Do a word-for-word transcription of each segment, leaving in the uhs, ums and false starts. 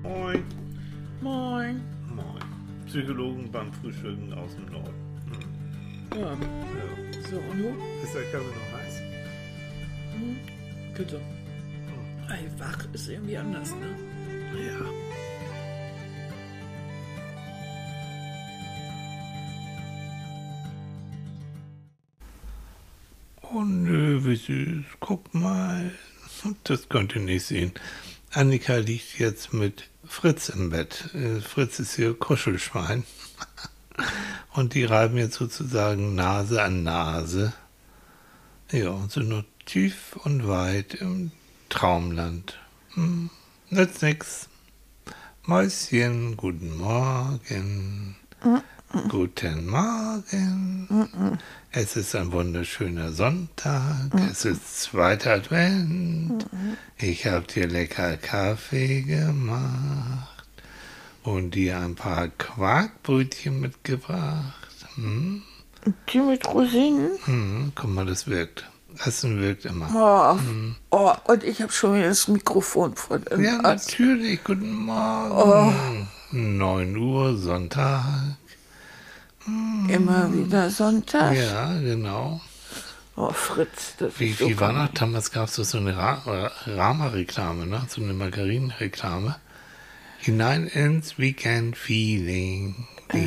Moin. Moin. Moin. Psychologen beim Frühstücken aus dem Norden. Hm. Ja. Ja. So, und du? Ist der Kaffee noch heiß? Hm. Bitte. Hm. Ey, wach ist irgendwie anders, ne? Ja. Oh nö, wie süß. Guck mal. Das könnt ihr nicht sehen. Annika liegt jetzt mit Fritz im Bett. Fritz ist ihr Kuschelschwein. Und die reiben jetzt sozusagen Nase an Nase. Ja, und sind nur tief und weit im Traumland. Hm, nützt nix. Mäuschen, guten Morgen. Mm-mm. Guten Morgen. Mm-mm. Es ist ein wunderschöner Sonntag. Mm-mm. Es ist zweiter Advent. Mm-mm. Ich habe dir lecker Kaffee gemacht und dir ein paar Quarkbrötchen mitgebracht. Hm? Die mit Rosinen? Hm, guck mal, das wirkt. Essen wirkt immer. Oh, hm. oh und ich habe schon wieder das Mikrofon vor dem Ja, Ast. natürlich. Guten Morgen. Oh. neun Uhr, Sonntag. Hm. Immer wieder Sonntag? Ja, genau. Oh, Fritz, das Wie, ist so wie war das? Damals gab es so eine Ra- Rama-Reklame, ne? So eine Margarinenreklame. Hinein ins Weekend-Feeling.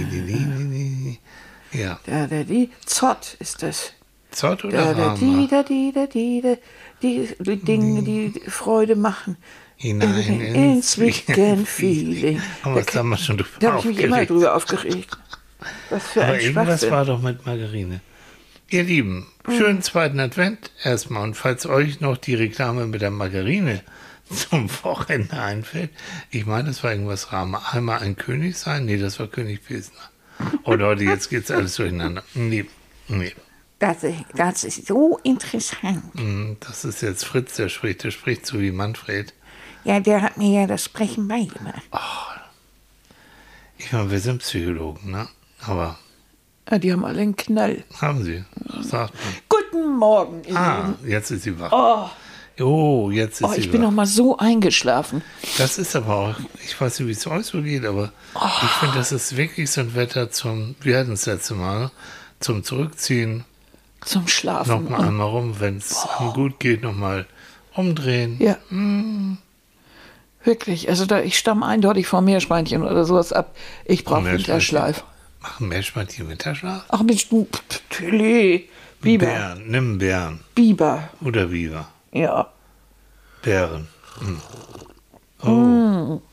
Äh. Ja. Da, da, die. Zott ist das. Zott oder da, da, Rama? Die, da, die, da, die, da, die, die Dinge, die Freude machen. Hinein ins, ins Weekend-Feeling. Aber das haben wir schon drüber Da habe ich mich immer drüber aufgeregt. Was für Aber ein irgendwas war doch mit Margarine. Ihr Lieben, schönen mhm. zweiten Advent erstmal. Und falls euch noch die Reklame mit der Margarine zum Wochenende einfällt, ich meine, das war irgendwas Rama. Einmal ein König sein? Nee, das war König Pilsner. Oh Leute, jetzt geht's alles durcheinander. Nee, nee. Das, das ist so interessant. Das ist jetzt Fritz, der spricht. Der spricht so wie Manfred. Ja, der hat mir ja das Sprechen beigemacht. Oh. Ich meine, wir sind Psychologen, ne? Aber... Ja, die haben alle einen Knall. Haben sie, sagt man. Guten Morgen, ihr Ah, Lieben. jetzt ist sie wach. Oh, oh jetzt ist oh sie ich wach. bin noch mal so eingeschlafen. Das ist aber auch, ich weiß nicht, wie es euch so geht, aber oh. ich finde, das ist wirklich so ein Wetter zum, wir hatten es letzte Mal, zum Zurückziehen. Zum Schlafen. Nochmal einmal rum, wenn es gut geht, nochmal umdrehen. Ja. Mm. Wirklich, also da, ich stamme eindeutig vom Meerschweinchen oder sowas ab. Ich brauche Winterschlaf. Machen Meerschweinchen Winterschlaf? Ach Mensch, du, Tilly. Biber. Bären, nimm Bären. Biber. Oder Biber. Ja. Bären. Hm. Oh. Mm.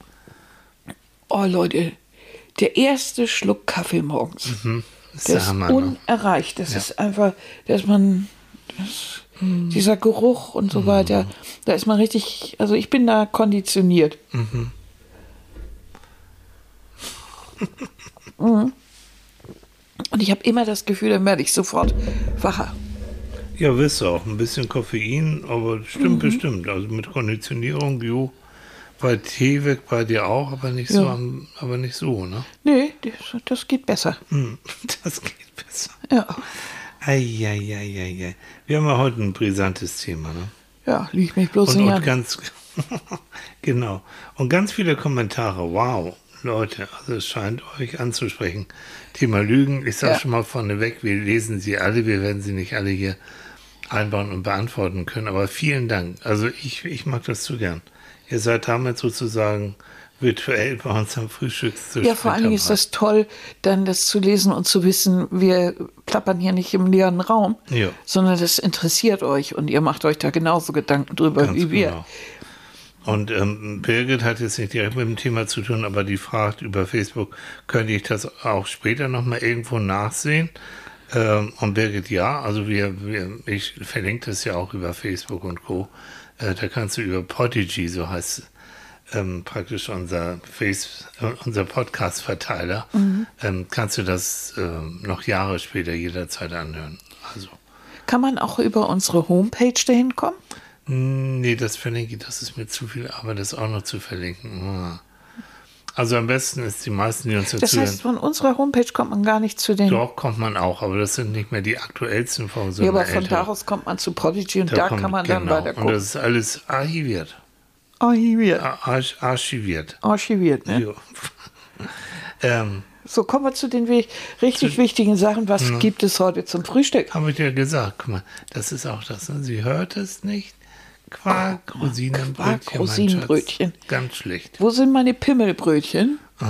Oh Leute, der erste Schluck Kaffee morgens. Mhm. Ist der ist Hammer, unerreicht. Das ja. ist einfach, dass man, das, mm. dieser Geruch und so mm. weiter, da ist man richtig, also ich bin da konditioniert. Mhm. mm. Und ich habe immer das Gefühl, dann werde ich sofort wacher. Ja, wirst du auch. Ein bisschen Koffein, aber stimmt mhm. bestimmt. Also mit Konditionierung, jo. Bei Tee weg bei dir auch, aber nicht so, ja. aber nicht so, ne? Nee, das, das geht besser. Das geht besser. Ja. Eieieiei. Wir haben ja heute ein brisantes Thema, ne? Ja, liegt mich bloß und, nicht und an. Ganz, genau. Und ganz viele Kommentare. Wow, Leute, also es scheint euch anzusprechen. Thema Lügen, ich sage ja. schon mal vorneweg, wir lesen sie alle, wir werden sie nicht alle hier einbauen und beantworten können, aber vielen Dank. Also ich, ich mag das zu gern. Ihr seid damit sozusagen virtuell bei uns am Frühstückstisch. Ja, vor allen Dingen ist das toll, dann das zu lesen und zu wissen, wir plappern hier nicht im leeren Raum, ja. sondern das interessiert euch und ihr macht euch da genauso Gedanken drüber Ganz wie wir. Genau. Und ähm, Birgit hat jetzt nicht direkt mit dem Thema zu tun, aber die fragt über Facebook, könnte ich das auch später nochmal irgendwo nachsehen? Ähm, und Birgit, ja, also wir, wir, ich verlinke das ja auch über Facebook und Co. Äh, da kannst du über Podigy, so heißt ähm, praktisch unser Face, äh, unser Podcast-Verteiler, mhm. ähm, kannst du das ähm, noch Jahre später jederzeit anhören. Also. Kann man auch über unsere Homepage dahin kommen? Nee, das verlinke ich, das ist mir zu viel Arbeit, das auch noch zu verlinken. Also am besten ist die meisten, die uns dazu Das heißt, von unserer Homepage kommt man gar nicht zu den... Doch, kommt man auch, aber das sind nicht mehr die aktuellsten Folgen, sondern ja, aber von ältere. Daraus kommt man zu Prodigy und da, da kommt, kann man genau. dann weiter gucken. Und das ist alles archiviert. Archiviert. Arch, archiviert. Archiviert, ne? Jo. ähm, So, kommen wir zu den wi- richtig Zu- wichtigen Sachen. Was Ja. gibt es heute zum Frühstück? Habe ich dir gesagt, guck mal, das ist auch das, ne? Sie hört es nicht. Quark, Rosinenbrötchen. Quark, mein Rosinenbrötchen. Schatz. Ganz schlecht. Wo sind meine Pimmelbrötchen? Oh.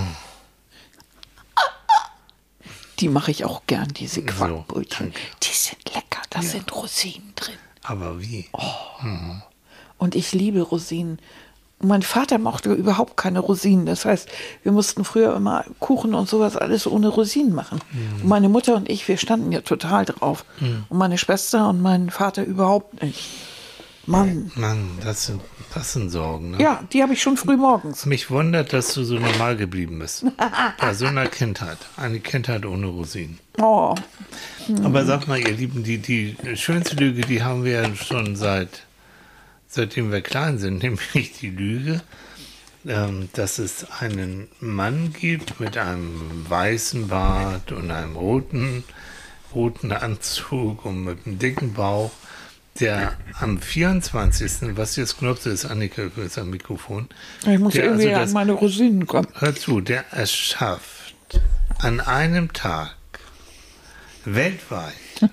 Die mache ich auch gern, diese So, Quarkbrötchen. danke. Die sind lecker, da sind Rosinen drin. Aber wie? Und ich liebe Rosinen. Und mein Vater mochte überhaupt keine Rosinen. Das heißt, wir mussten früher immer Kuchen und sowas alles ohne Rosinen machen. Und meine Mutter und ich, wir standen ja total drauf. Und meine Schwester und mein Vater überhaupt nicht. Mann. Mann, das sind, das sind Sorgen. Ne? Ja, die habe ich schon früh morgens. Mich wundert, dass du so normal geblieben bist. Bei so einer Kindheit. Eine Kindheit ohne Rosinen. Oh, Aber sag mal, ihr Lieben, die, die schönste Lüge, die haben wir ja schon seit, seitdem wir klein sind, nämlich die Lüge, ähm, dass es einen Mann gibt mit einem weißen Bart und einem roten, roten Anzug und mit einem dicken Bauch, der am vierundzwanzigsten, was jetzt knopft, ist Annika ist am Mikrofon. ich muss der irgendwie also das- an meine Rosinen kommen. Hör zu, der es schafft, an einem Tag weltweit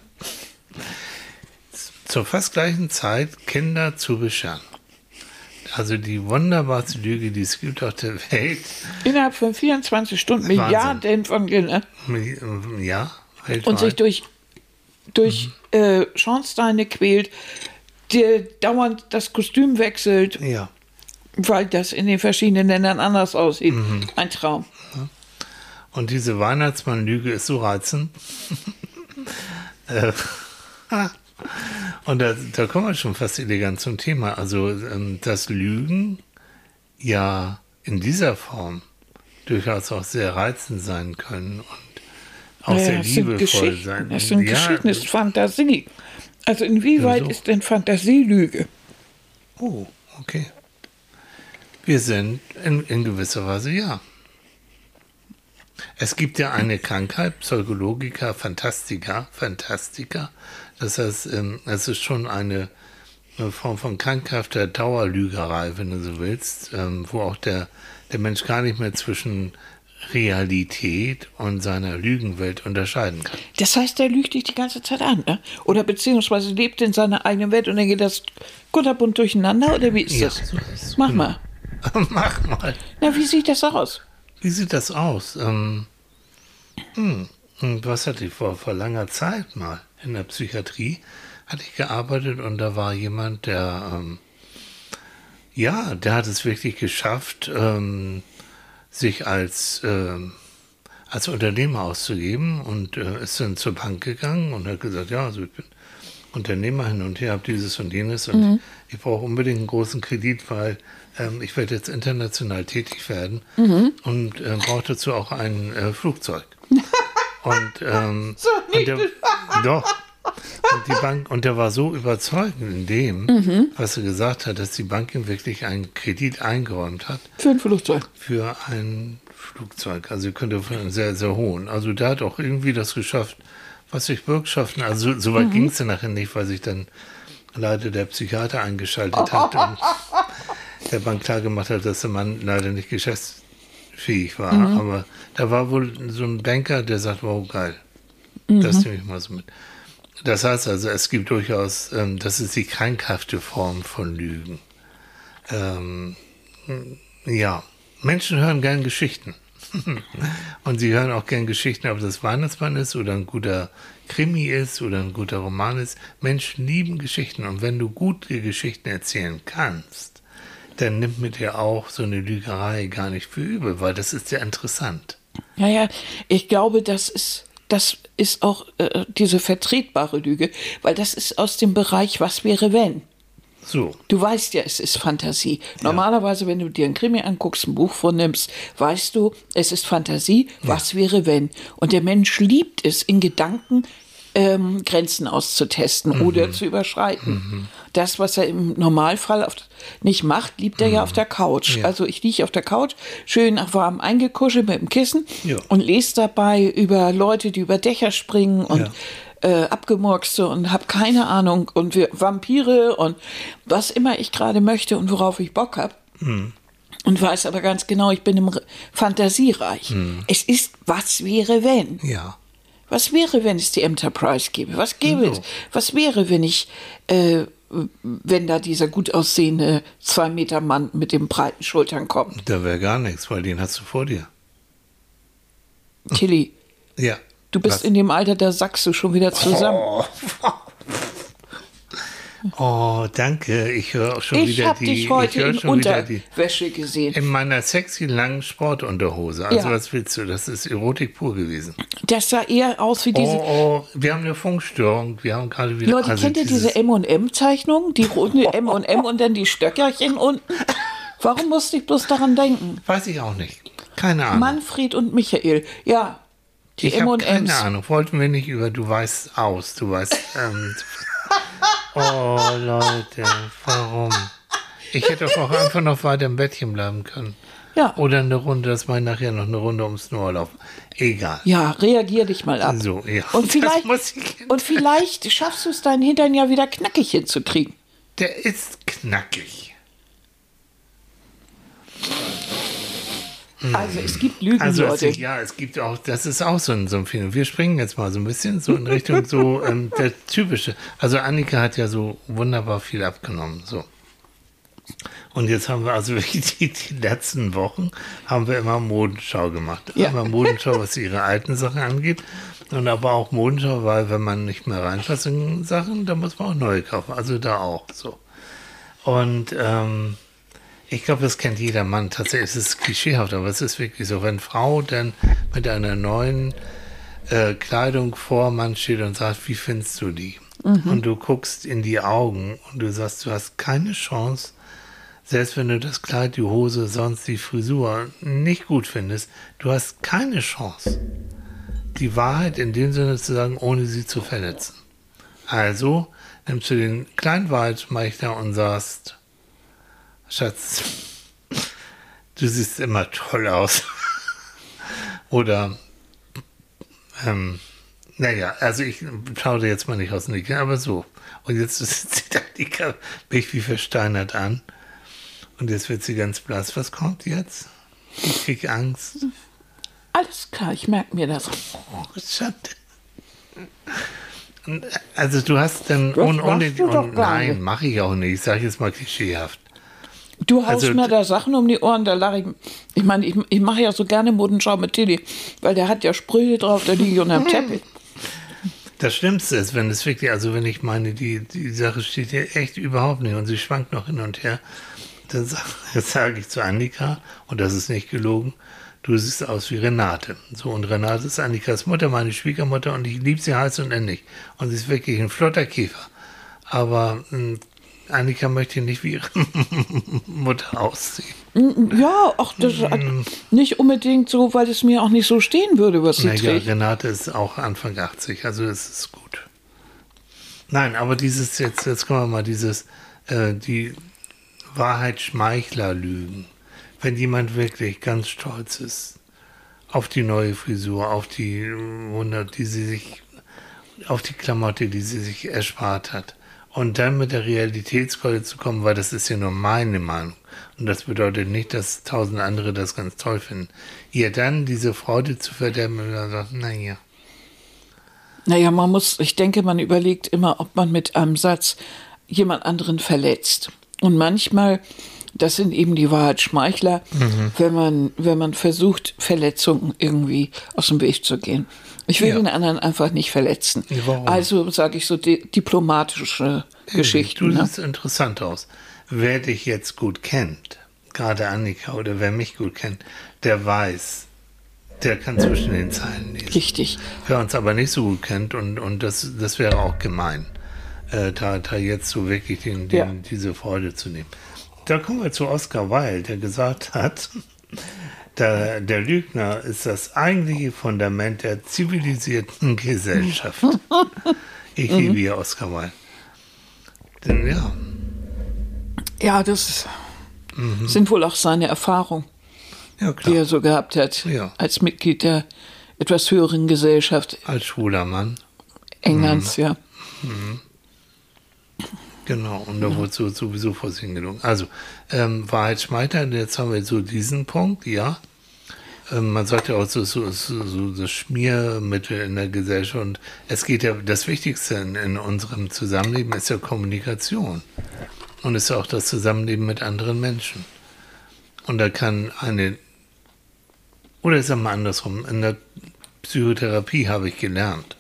zur fast gleichen Zeit Kinder zu bescheren. Also die wunderbarste Lüge, die es gibt auf der Welt. Innerhalb von vierundzwanzig Stunden Wahnsinn. Milliarden von Kindern. Ja, weltweit. Und sich durch, durch äh, Schornsteine quält, der dauernd das Kostüm wechselt, Ja, weil das in den verschiedenen Ländern anders aussieht. Mhm. Ein Traum. und diese Weihnachtsmann-Lüge ist so reizend. äh, und da, da kommen wir schon fast elegant zum Thema. Also, ähm, dass Lügen ja in dieser Form durchaus auch sehr reizend sein können und auch Naja, sehr das sind liebevoll Geschichten. sein. Das sind Ja, Geschichten, das ist Fantasie. Also inwieweit Ja, so. ist denn Fantasie Lüge? Oh, okay. Wir sind in, in gewisser Weise ja. Es gibt ja eine Krankheit, Psychologica Fantastica, Fantastica. Das heißt, ähm, es ist schon eine, eine Form von krankhafter Dauerlügerei, wenn du so willst, ähm, wo auch der, der Mensch gar nicht mehr zwischen Realität und seiner Lügenwelt unterscheiden kann. Das heißt, der lügt dich die ganze Zeit an, ne? Oder beziehungsweise lebt in seiner eigenen Welt und dann geht das kunterbunt durcheinander, oder wie ist Ja, das? so ist es. Mach Genau. mal. Mach mal. Na, wie sieht das aus? Wie sieht das aus? Ähm, hm, was hatte ich vor, vor langer Zeit mal in der Psychiatrie, hatte ich gearbeitet und da war jemand, der, ähm, ja, der hat es wirklich geschafft, ähm, sich als, ähm, als Unternehmer auszugeben und äh, ist dann zur Bank gegangen und hat gesagt, ja, also ich bin Unternehmer hin und her, habe dieses und jenes und Mhm. ich brauche unbedingt einen großen Kredit, weil ähm, ich werde jetzt international tätig werden Mhm. und äh, brauche dazu auch ein äh, Flugzeug. und, ähm, So und nicht. der, doch. Und die Bank, und der war so überzeugend in dem, Mhm. was er gesagt hat, dass die Bank ihm wirklich einen Kredit eingeräumt hat Für ein Flugzeug. für ein Flugzeug. Also könnte für einen sehr, sehr hohen. Also der hat auch irgendwie das geschafft, was sich Bürgschaften, also so, so weit ging es dann nachher nicht, weil sich dann leider der Psychiater eingeschaltet hat und der Bank klargemacht hat, dass der Mann leider nicht geschäftsfähig war. Aber da war wohl so ein Banker, der sagt, wow, geil. Das nehme ich mal so mit. Das heißt also, es gibt durchaus, ähm, das ist die krankhafte Form von Lügen. Ähm, ja, Menschen hören gern Geschichten. Und sie hören auch gern Geschichten, ob das Weihnachtsmann ist oder ein guter Krimi ist oder ein guter Roman ist. Menschen lieben Geschichten. Und wenn du gute Geschichten erzählen kannst, dann nimmt mit dir auch so eine Lügerei gar nicht für übel, weil das ist ja interessant. Ja, ja, ich glaube, das ist, das ist auch äh, diese vertretbare Lüge, weil das ist aus dem Bereich, was wäre wenn? So. Du weißt ja, es ist Fantasie. Normalerweise, wenn du dir ein Krimi anguckst, ein Buch vornimmst, weißt du, es ist Fantasie, was wäre wenn? Und der Mensch liebt es, in Gedanken ähm, Grenzen auszutesten Mhm. oder zu überschreiten. Das, was er im Normalfall auf, nicht macht, liebt er ja auf der Couch. Ja. Also ich liege auf der Couch, schön warm eingekuschelt mit dem Kissen Ja. und lese dabei über Leute, die über Dächer springen und Ja. äh, Abgemurkste und habe keine Ahnung und wir Vampire und was immer ich gerade möchte und worauf ich Bock habe. Mhm. Und weiß aber ganz genau, ich bin im Re- Fantasiereich. Mhm. Es ist, was wäre, wenn? Ja. Was wäre, wenn es die Enterprise gäbe? Was gäbe es? Was wäre, wenn ich, äh, wenn da dieser gut aussehende zwei Meter Mann mit den breiten Schultern kommt? Da wäre gar nichts, weil den hast du vor dir. Tilly, ja. du bist Was? in dem Alter, da sackst du schon wieder zusammen. Oh, oh danke. Ich höre auch schon ich wieder hab die... dich heute ich höre in schon wieder die, Unterwäsche gesehen. in meiner sexy langen Sportunterhose. Also Ja. was willst du? Das ist Erotik pur gewesen. Das sah eher aus wie diese... Oh, oh, wir haben eine Funkstörung. Wir haben gerade wieder... Leute, also kennt ihr dieses- diese M und M-Zeichnung? Die roten M und M und dann die Stöckerchen unten? Warum musste ich bloß daran denken? Weiß ich auch nicht. Keine Ahnung. Manfred und Michael. Ja, die ich M habe und M's. keine Ahnung. Wollten wir nicht über... Du weißt aus. Du weißt... Ähm, oh, Leute. Warum? Ich hätte doch auch einfach noch weiter im Bettchen bleiben können. Ja. Oder eine Runde, dass wir nachher noch eine Runde ums Snor laufen. Egal. Ja, reagier dich mal ab. So, ja. Und Das vielleicht, muss ich- und vielleicht schaffst du es, deinen Hintern ja wieder knackig hinzukriegen. Der ist knackig. Also es gibt Lügen, Also es, Leute. ja, es gibt auch, das ist auch so ein, so ein Film. Wir springen jetzt mal so ein bisschen so in Richtung so ähm, der typische. Also Annika hat ja so wunderbar viel abgenommen. So. Und jetzt haben wir also wirklich die, die letzten Wochen haben wir immer Modenschau gemacht. Ja. Immer Modenschau, was ihre alten Sachen angeht. Und aber auch Modenschau, weil wenn man nicht mehr reinpasst in Sachen, dann muss man auch neue kaufen. Also da auch so. Und ähm, ich glaube, das kennt jeder Mann. Tatsächlich ist es klischeehaft, aber es ist wirklich so. Wenn Frau dann mit einer neuen äh, Kleidung vor Mann steht und sagt, wie findest du die? Mhm. Und du guckst in die Augen und du sagst, du hast keine Chance, selbst wenn du das Kleid, die Hose, sonst die Frisur nicht gut findest, du hast keine Chance, die Wahrheit in dem Sinne zu sagen, ohne sie zu verletzen. Also nimmst du den kleinen Waldmeister und sagst, Schatz, du siehst immer toll aus. Oder, ähm, naja, also ich schaue dir jetzt mal nicht aus dem Nicken, aber so. Und jetzt sieht Annika mich wie versteinert an. Und jetzt wird sie ganz blass. Was kommt jetzt? Ich krieg Angst. Alles klar, ich merke mir das. Oh, Schatz. Und, also du hast dann Das ohne, ohne machst du doch und, gar nein, nicht. mache ich auch nicht. Ich sage jetzt mal klischeehaft. Du haust Also, mir da Sachen um die Ohren, da lache ich. Ich meine, ich, ich mache ja so gerne Modenschau mit Tilly, weil der hat ja Sprüche drauf, da liege ich unterm Teppich. Das Schlimmste ist, wenn es wirklich, also wenn ich meine, die, die Sache steht hier echt überhaupt nicht und sie schwankt noch hin und her, dann sage sag ich zu Annika, und das ist nicht gelogen, du siehst aus wie Renate. So, und Renate ist Annikas Mutter, meine Schwiegermutter, und ich liebe sie heiß und innig. Und sie ist wirklich ein flotter Käfer. Aber mh, Annika möchte nicht wie ihre Mutter aussehen. Ja, ach, das ist nicht unbedingt so, weil es mir auch nicht so stehen würde, was sie Naja, trägt. Renate ist auch Anfang achtzig, also es ist gut. Nein, aber dieses, jetzt, jetzt kommen wir mal, dieses, äh, die Wahrheitsschmeichler-Lügen. Wenn jemand wirklich ganz stolz ist auf die neue Frisur, auf die Wunder, die sie sich, auf die Klamotte, die sie sich erspart hat. Und dann mit der Realitätskeule zu kommen, weil das ist ja nur meine Meinung. Und das bedeutet nicht, dass tausend andere das ganz toll finden. Ihr dann diese Freude zu verderben, und dann sagt, naja. Naja, man muss, ich denke, man überlegt immer, ob man mit einem Satz jemand anderen verletzt. Und manchmal, das sind eben die Wahrheitsschmeichler, mhm. wenn man, wenn man versucht, Verletzungen irgendwie aus dem Weg zu gehen. Ich will Ja. den anderen einfach nicht verletzen. Warum? Also sage ich so di- diplomatische Geschichten. Du Ne? siehst interessant aus. Wer dich jetzt gut kennt, gerade Annika oder wer mich gut kennt, der weiß, der kann zwischen den Zeilen lesen. Richtig. Wer uns aber nicht so gut kennt, und, und das, das wäre auch gemein, äh, da, da jetzt so wirklich den, den, Ja. diese Freude zu nehmen. Da kommen wir zu Oscar Wilde, der gesagt hat, der, der Lügner ist das eigentliche Fundament der zivilisierten Gesellschaft. Ich liebe ja Oscar Wilde. Denn ja, Ja, das sind wohl auch seine Erfahrungen, ja die klar, er so gehabt hat, Ja. als Mitglied der etwas höheren Gesellschaft als schwuler Mann. Englands, ja. Genau, und da ja. wurde so, sowieso vor sich hingelogen. Also, ähm, Wahrheit schmeitert, jetzt haben wir so diesen Punkt, ja. Ähm, man sagt ja auch so, so, so, so das Schmiermittel in der Gesellschaft. Und es geht ja, das Wichtigste in, in unserem Zusammenleben ist ja Kommunikation. Und ist ja auch das Zusammenleben mit anderen Menschen. Und da kann eine, oder ich sag mal andersrum, in der Psychotherapie habe ich gelernt,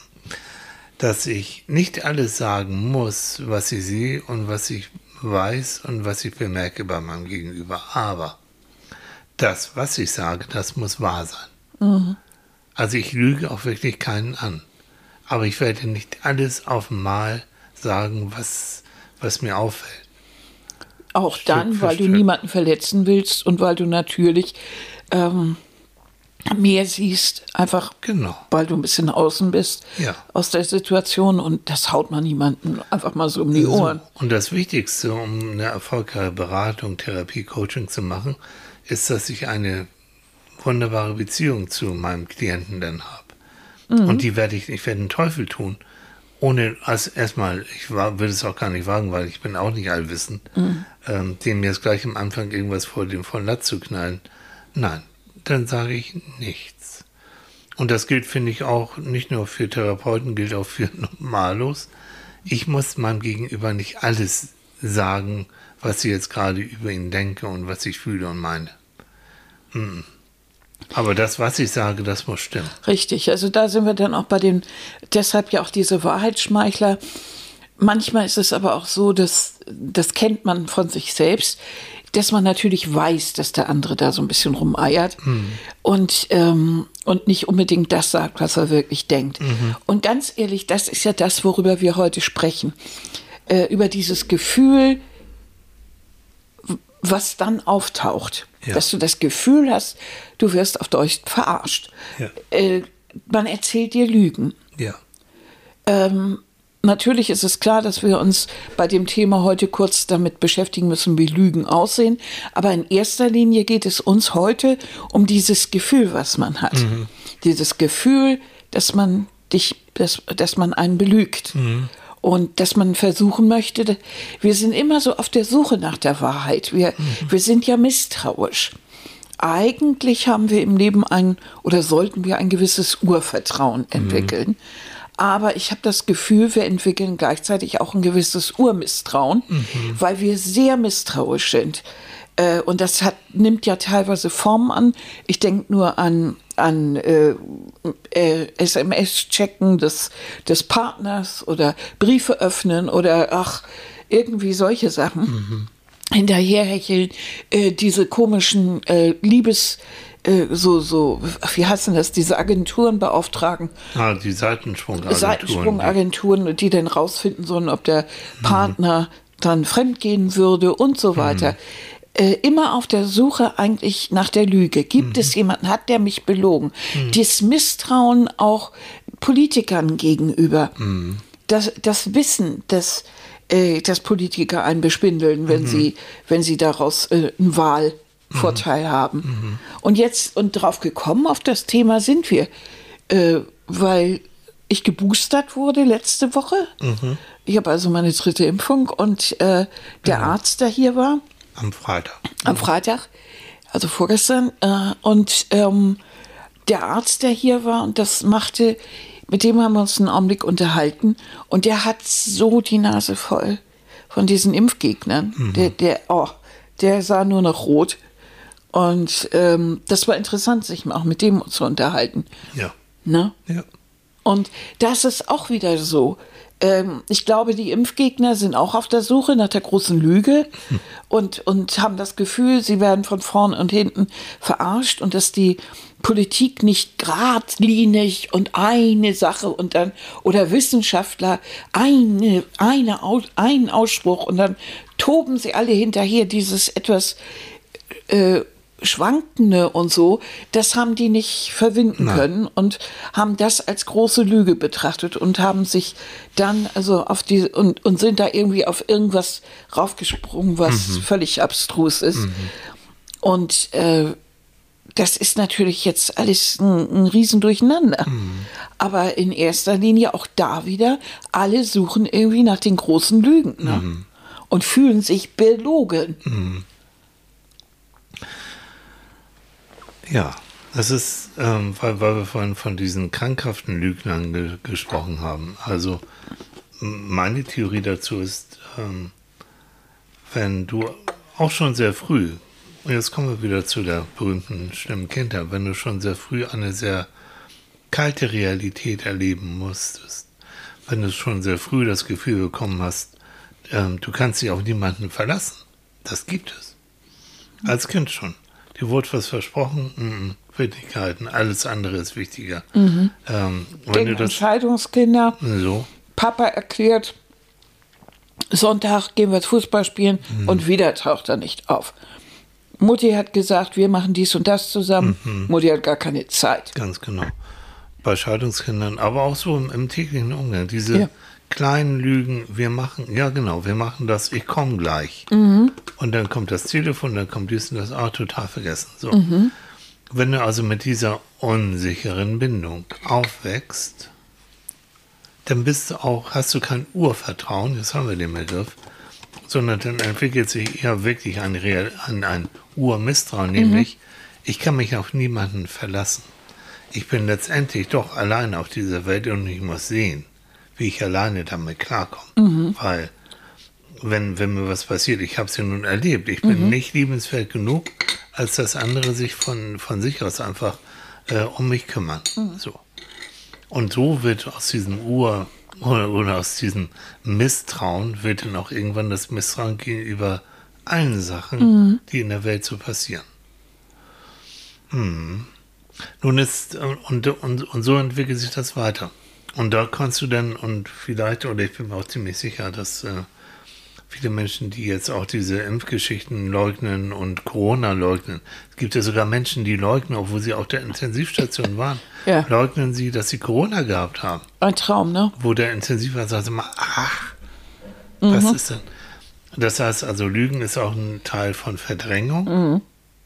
dass ich nicht alles sagen muss, was ich sehe und was ich weiß und was ich bemerke bei meinem Gegenüber. Aber das, was ich sage, das muss wahr sein. Mhm. Also ich lüge auch wirklich keinen an. Aber ich werde nicht alles auf einmal sagen, was, was mir auffällt. Auch Stück dann, weil Stück. du niemanden verletzen willst und weil du natürlich ähm, mehr siehst, einfach genau. weil du ein bisschen außen bist ja. aus der Situation und das haut man niemanden einfach mal so um die Ohren. So. Und das Wichtigste, um eine erfolgreiche Beratung, Therapie, Coaching zu machen, ist, dass ich eine wunderbare Beziehung zu meinem Klienten dann habe. Mhm. Und die werde ich, ich werde den Teufel tun, ohne, also erstmal, ich war, würde es auch gar nicht wagen, weil ich bin auch nicht allwissend, mhm. ähm, dem jetzt gleich am Anfang irgendwas vor dem vollen Latz zu knallen. Nein. Dann sage ich nichts. Und das gilt, finde ich, auch nicht nur für Therapeuten, gilt auch für Normalos. Ich muss meinem Gegenüber nicht alles sagen, was ich jetzt gerade über ihn denke und was ich fühle und meine. Mm. Aber das, was ich sage, das muss stimmen. Richtig, also da sind wir dann auch bei den, deshalb ja auch diese Wahrheitsschmeichler. Manchmal ist es aber auch so, dass, das kennt man von sich selbst, dass man natürlich weiß, dass der andere da so ein bisschen rumeiert mhm. und, ähm, und nicht unbedingt das sagt, was er wirklich denkt. Mhm. Und ganz ehrlich, das ist ja das, worüber wir heute sprechen. Äh, über dieses Gefühl, was dann auftaucht. Ja. Dass du das Gefühl hast, du wirst auf Deutsch verarscht. Ja. Äh, man erzählt dir Lügen. Ja. Ähm, Natürlich ist es klar, dass wir uns bei dem Thema heute kurz damit beschäftigen müssen, wie Lügen aussehen. Aber in erster Linie geht es uns heute um dieses Gefühl, was man hat. Mhm. Dieses Gefühl, dass man dich, dass, dass man einen belügt. Mhm. Und dass man versuchen möchte, wir sind immer so auf der Suche nach der Wahrheit. Wir, mhm. wir sind ja misstrauisch. Eigentlich haben wir im Leben ein, oder sollten wir ein gewisses Urvertrauen entwickeln. Mhm. Aber ich habe das Gefühl, wir entwickeln gleichzeitig auch ein gewisses Urmisstrauen, mhm. weil wir sehr misstrauisch sind. Äh, und das hat, nimmt ja teilweise Formen an. Ich denke nur an, an äh, äh, S M S-Checken des, des Partners oder Briefe öffnen oder ach, irgendwie solche Sachen. Mhm. Hinterherhecheln, äh, diese komischen äh, Liebes- so, so, wie heißen das, diese Agenturen beauftragen. Ah, die Seitensprungagenturen. Seitensprungagenturen, die dann rausfinden sollen, ob der Partner mhm. dann fremdgehen würde und so weiter. Mhm. Äh, immer auf der Suche eigentlich nach der Lüge. Gibt mhm. es jemanden, hat der mich belogen? Mhm. Das Misstrauen auch Politikern gegenüber. Mhm. Das, das Wissen, dass, äh, dass Politiker einen bespindeln, wenn, mhm. sie, wenn sie daraus äh, eine Wahl Vorteil mhm. haben. Mhm. Und jetzt, und drauf gekommen, auf das Thema sind wir, äh, weil ich geboostert wurde letzte Woche. Mhm. Ich habe also meine dritte Impfung und äh, der ja. Arzt, der hier war. Am Freitag. Am Freitag, also vorgestern. Äh, und ähm, der Arzt, der hier war, und das machte, mit dem haben wir uns einen Augenblick unterhalten, und der hat so die Nase voll von diesen Impfgegnern. Mhm. Der, der, oh, der sah nur noch rot. Und ähm, das war interessant, sich auch mit dem zu unterhalten. Ja. Ne? Ja. Und das ist auch wieder so. Ähm, ich glaube, die Impfgegner sind auch auf der Suche nach der großen Lüge hm. und, und haben das Gefühl, sie werden von vorn und hinten verarscht und dass die Politik nicht geradlinig und eine Sache und dann, oder Wissenschaftler, eine, eine, einen Ausspruch und dann toben sie alle hinterher, dieses etwas äh, Schwankende und so, das haben die nicht verwinden Nein. können und haben das als große Lüge betrachtet und haben sich dann also auf die und, und sind da irgendwie auf irgendwas raufgesprungen, was mhm. völlig abstrus ist. Mhm. Und äh, das ist natürlich jetzt alles ein, ein Riesendurcheinander. Mhm. Aber in erster Linie auch da wieder, alle suchen irgendwie nach den großen Lügen, ne? Mhm. Und fühlen sich belogen. Mhm. Ja, das ist, ähm, weil, weil wir vorhin von diesen krankhaften Lügnern ge- gesprochen haben. Also meine Theorie dazu ist, ähm, wenn du auch schon sehr früh, und jetzt kommen wir wieder zu der berühmten schlimmen Kindheit, wenn du schon sehr früh eine sehr kalte Realität erleben musstest, wenn du schon sehr früh das Gefühl bekommen hast, ähm, du kannst dich auf niemanden verlassen, das gibt es. Als Kind schon. Dir wurde was versprochen, m-m, wird nicht gehalten, alles andere ist wichtiger. Mhm. Ähm, wenn du das, Entscheidungskinder. So. Papa erklärt, Sonntag gehen wir Fußball spielen mhm. und wieder taucht er nicht auf. Mutti hat gesagt, wir machen dies und das zusammen. Mhm. Mutti hat gar keine Zeit. Ganz genau. Bei Scheidungskindern, aber auch so im, im täglichen Umgang. Diese ja. kleinen Lügen, wir machen, ja genau, wir machen das, ich komme gleich. Mhm. Und dann kommt das Telefon, dann kommt dies und das, ah, total vergessen. So. Mhm. Wenn du also mit dieser unsicheren Bindung aufwächst, dann bist du auch, hast du kein Urvertrauen, jetzt haben wir den Begriff, sondern dann entwickelt sich eher wirklich ein, Real, ein, ein Urmisstrauen, nämlich, mhm. ich kann mich auf niemanden verlassen. Ich bin letztendlich doch allein auf dieser Welt und ich muss sehen, wie ich alleine damit klarkomme. Mhm. Weil, wenn, wenn mir was passiert, ich habe es ja nun erlebt, ich bin mhm. nicht liebenswert genug, als dass andere sich von, von sich aus einfach äh, um mich kümmern. Mhm. So. Und so wird aus diesem Ur- oder, oder aus diesem Misstrauen, wird dann auch irgendwann das Misstrauen gegenüber allen Sachen, mhm. die in der Welt so passieren. Hm. Nun ist, und, und, und so entwickelt sich das weiter. Und da kannst du dann, und vielleicht, oder ich bin mir auch ziemlich sicher, dass äh, viele Menschen, die jetzt auch diese Impfgeschichten leugnen und Corona leugnen, es gibt ja sogar Menschen, die leugnen, obwohl sie auf der Intensivstation waren, ja. leugnen sie, dass sie Corona gehabt haben. Ein Traum, ne? Wo der Intensivarzt sagte mal, ach, mhm. was ist denn? Das heißt also, Lügen ist auch ein Teil von Verdrängung. Mhm.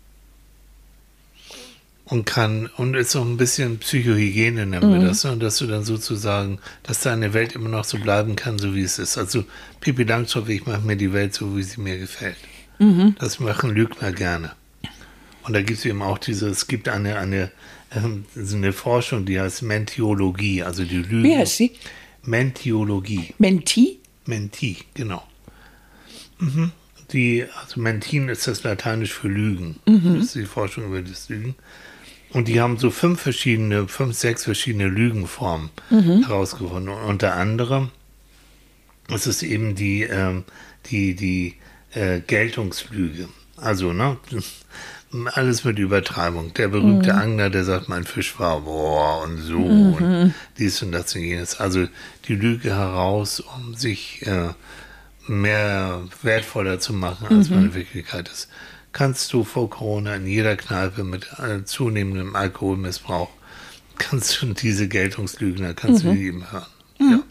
Und kann, und ist auch ein bisschen Psychohygiene, nennen wir mhm. das, ne? Dass du dann sozusagen, dass deine Welt immer noch so bleiben kann, so wie es ist. Also Pippi Langstrumpf, ich mache mir die Welt so, wie sie mir gefällt. Mhm. Das machen Lügner gerne. Und da gibt es eben auch diese, es gibt eine, eine, ähm, so eine Forschung, die heißt Mentiologie, also die Lügen. Wie heißt sie? Mentiologie. Menti? Menti, genau. Mhm. Die, also Mentin ist das Lateinisch für Lügen. Mhm. Das ist die Forschung über das Lügen. Und die haben so fünf verschiedene, fünf, sechs verschiedene Lügenformen mhm. herausgefunden. Und unter anderem ist es eben die, ähm, die, die äh, Geltungslüge. Also, ne, alles mit Übertreibung. Der berühmte mhm. Angler, der sagt, mein Fisch war boah und so mhm. und dies und das und jenes. Also die Lüge heraus, um sich äh, mehr wertvoller zu machen, als mhm. man in Wirklichkeit ist. Kannst du vor Corona in jeder Kneipe mit äh, zunehmendem Alkoholmissbrauch, kannst du diese Geltungslügner, kannst mhm. du die eben hören. Mhm. Ja.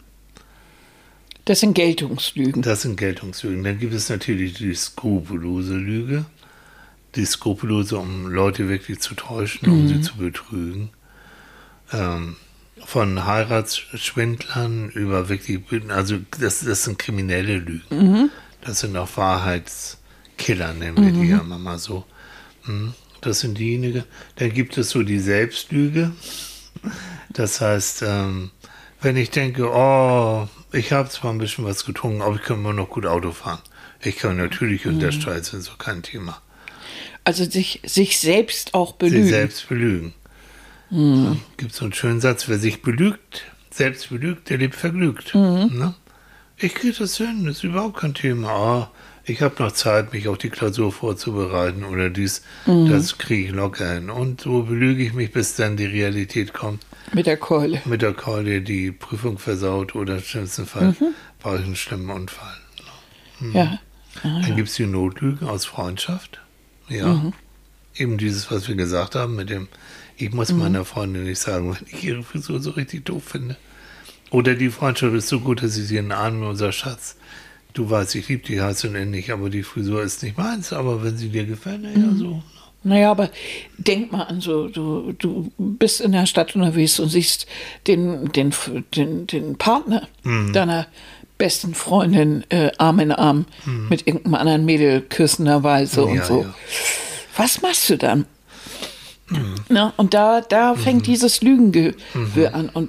Das sind Geltungslügen. Das sind Geltungslügen. Dann gibt es natürlich die skrupellose Lüge. Die skrupellose, um Leute wirklich zu täuschen, um mhm. sie zu betrügen. Ähm, von Heiratsschwindlern über wirklich, also das, das sind kriminelle Lügen. Mhm. Das sind auch Wahrheitskiller, nennen wir mhm. die ja mal so. Das sind diejenigen. Dann gibt es so die Selbstlüge. Das heißt, ähm, wenn ich denke, oh, ich habe zwar ein bisschen was getrunken, aber ich kann immer noch gut Auto fahren. Ich kann natürlich mhm. unterstreichen, so kein Thema. Also sich, sich selbst auch belügen. Sich selbst belügen. Mhm. Ja, gibt so einen schönen Satz, wer sich belügt, selbst belügt, der lebt vergnügt. Mhm. Ne? Ich kriege das hin, das ist überhaupt kein Thema. Oh, ich habe noch Zeit, mich auf die Klausur vorzubereiten oder dies, mhm. das kriege ich locker hin. Und so belüge ich mich, bis dann die Realität kommt. Mit der Keule. Mit der Keule die Prüfung versaut oder im schlimmsten Fall mhm. brauche ich einen schlimmen Unfall. Mhm. Ja. Ah, dann ja. gibt es die Notlügen aus Freundschaft. Ja. Mhm. Eben dieses, was wir gesagt haben, mit dem, ich muss mhm. meiner Freundin nicht sagen, wenn ich ihre Frisur so richtig doof finde. Oder die Freundschaft ist so gut, dass ich sie in den Arm nehme und sage, Schatz, du weißt, ich liebe dich heiß und ähnlich, aber die Frisur ist nicht meins, aber wenn sie dir gefällt, naja, mhm. so. Naja, aber denk mal an so, du, du bist in der Stadt unterwegs und siehst den, den, den, den Partner mhm. deiner besten Freundin äh, Arm in Arm mhm. mit irgendeinem anderen Mädel küssenderweise ja, und so. Ja. Was machst du dann? Mhm. Na, und da, da fängt mhm. dieses Lügengewirr mhm. an. Und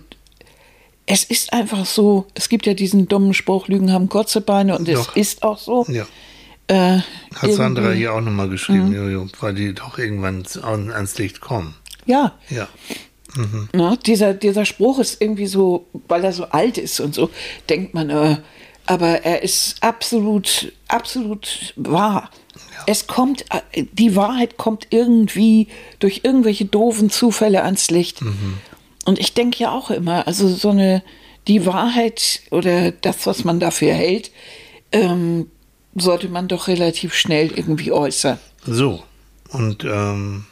es ist einfach so, es gibt ja diesen dummen Spruch, Lügen haben kurze Beine und es ist auch so. Ja. Äh, Hat Sandra hier auch nochmal geschrieben, mhm. Jojo, weil die doch irgendwann ans Licht kommen. Ja. Ja. Mhm. Na, dieser, dieser Spruch ist irgendwie so, weil er so alt ist und so, denkt man, äh, aber er ist absolut, absolut wahr. Ja. Es kommt, die Wahrheit kommt irgendwie durch irgendwelche doofen Zufälle ans Licht. Mhm. Und ich denke ja auch immer, also so eine, die Wahrheit oder das, was man dafür hält, ähm, sollte man doch relativ schnell irgendwie äußern. So, und ähm,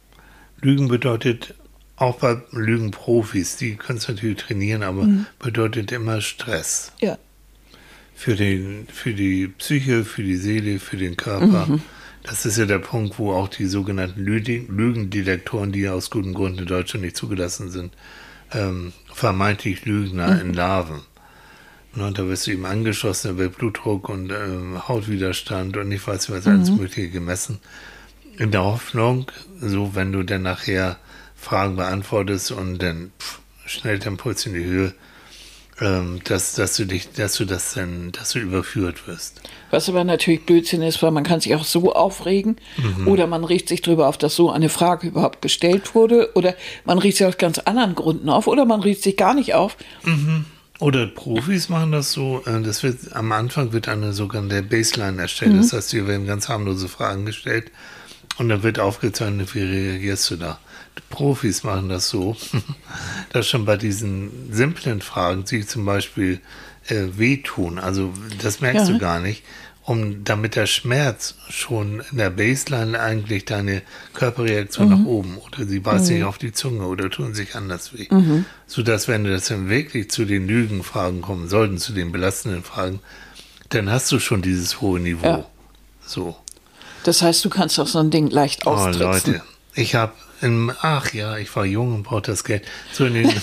Lügen bedeutet, auch bei Lügenprofis, die können es natürlich trainieren, aber mhm. bedeutet immer Stress. Ja. Für, den, für die Psyche, für die Seele, für den Körper. Mhm. Das ist ja der Punkt, wo auch die sogenannten Lügendetektoren, die ja aus gutem Grund in Deutschland nicht zugelassen sind, ähm, vermeintlich Lügner mhm. in Larven. Und da wirst du eben angeschossen, da wird Blutdruck und äh, Hautwiderstand und ich weiß nicht was, mhm. alles Mögliche gemessen. In der Hoffnung, so wenn du dann nachher Fragen beantwortest und dann pff, schnell dein Puls in die Höhe, ähm, dass, dass du dich, dass du das dann, dass du überführt wirst. Was aber natürlich Blödsinn ist, weil man kann sich auch so aufregen mhm. oder man regt sich darüber auf, dass so eine Frage überhaupt gestellt wurde oder man regt sich aus ganz anderen Gründen auf oder man regt sich gar nicht auf. Mhm. Oder Profis machen das so, das wird, am Anfang wird eine sogenannte Baseline erstellt, mhm. das heißt, hier werden ganz harmlose Fragen gestellt und dann wird aufgezeichnet, wie reagierst du da. Die Profis machen das so, dass schon bei diesen simplen Fragen, die zum Beispiel äh, wehtun, also das merkst ja. du gar nicht, um damit der Schmerz schon in der Baseline eigentlich deine Körperreaktion mhm. nach oben oder sie beißt sich mhm. auf die Zunge oder tun sich anders weh. Mhm. Sodass, wenn du das dann wirklich zu den Lügenfragen kommen sollten, zu den belastenden Fragen, dann hast du schon dieses hohe Niveau. Ja. So. Das heißt, du kannst auch so ein Ding leicht austricksen. Oh Leute, ich habe, ach ja, ich war jung und brauchte das Geld. So in den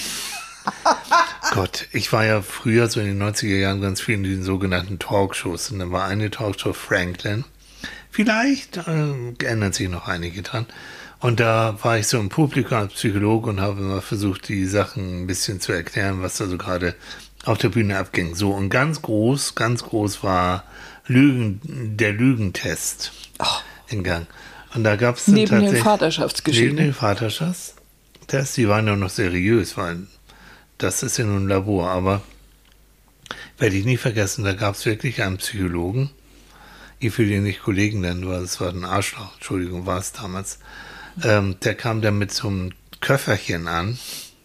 Gott, ich war ja früher so in den neunziger Jahren ganz viel in diesen sogenannten Talkshows. Und dann war eine Talkshow Franklin. Vielleicht äh, ändern sich noch einige dran. Und da war ich so im Publikum als Psychologe und habe immer versucht, die Sachen ein bisschen zu erklären, was da so gerade auf der Bühne abging. So, und ganz groß, ganz groß war Lügen, der Lügentest oh. in Gang. Und da gab es neben den Vaterschaftsgeschichten. Neben den Vaterschaftstests, die waren ja noch seriös, weil das ist ja nun ein Labor, aber werde ich nie vergessen, da gab es wirklich einen Psychologen, ich will ihn nicht Kollegen nennen, weil es war ein Arschloch, Entschuldigung, war es damals, ähm, der kam dann mit so einem Köfferchen an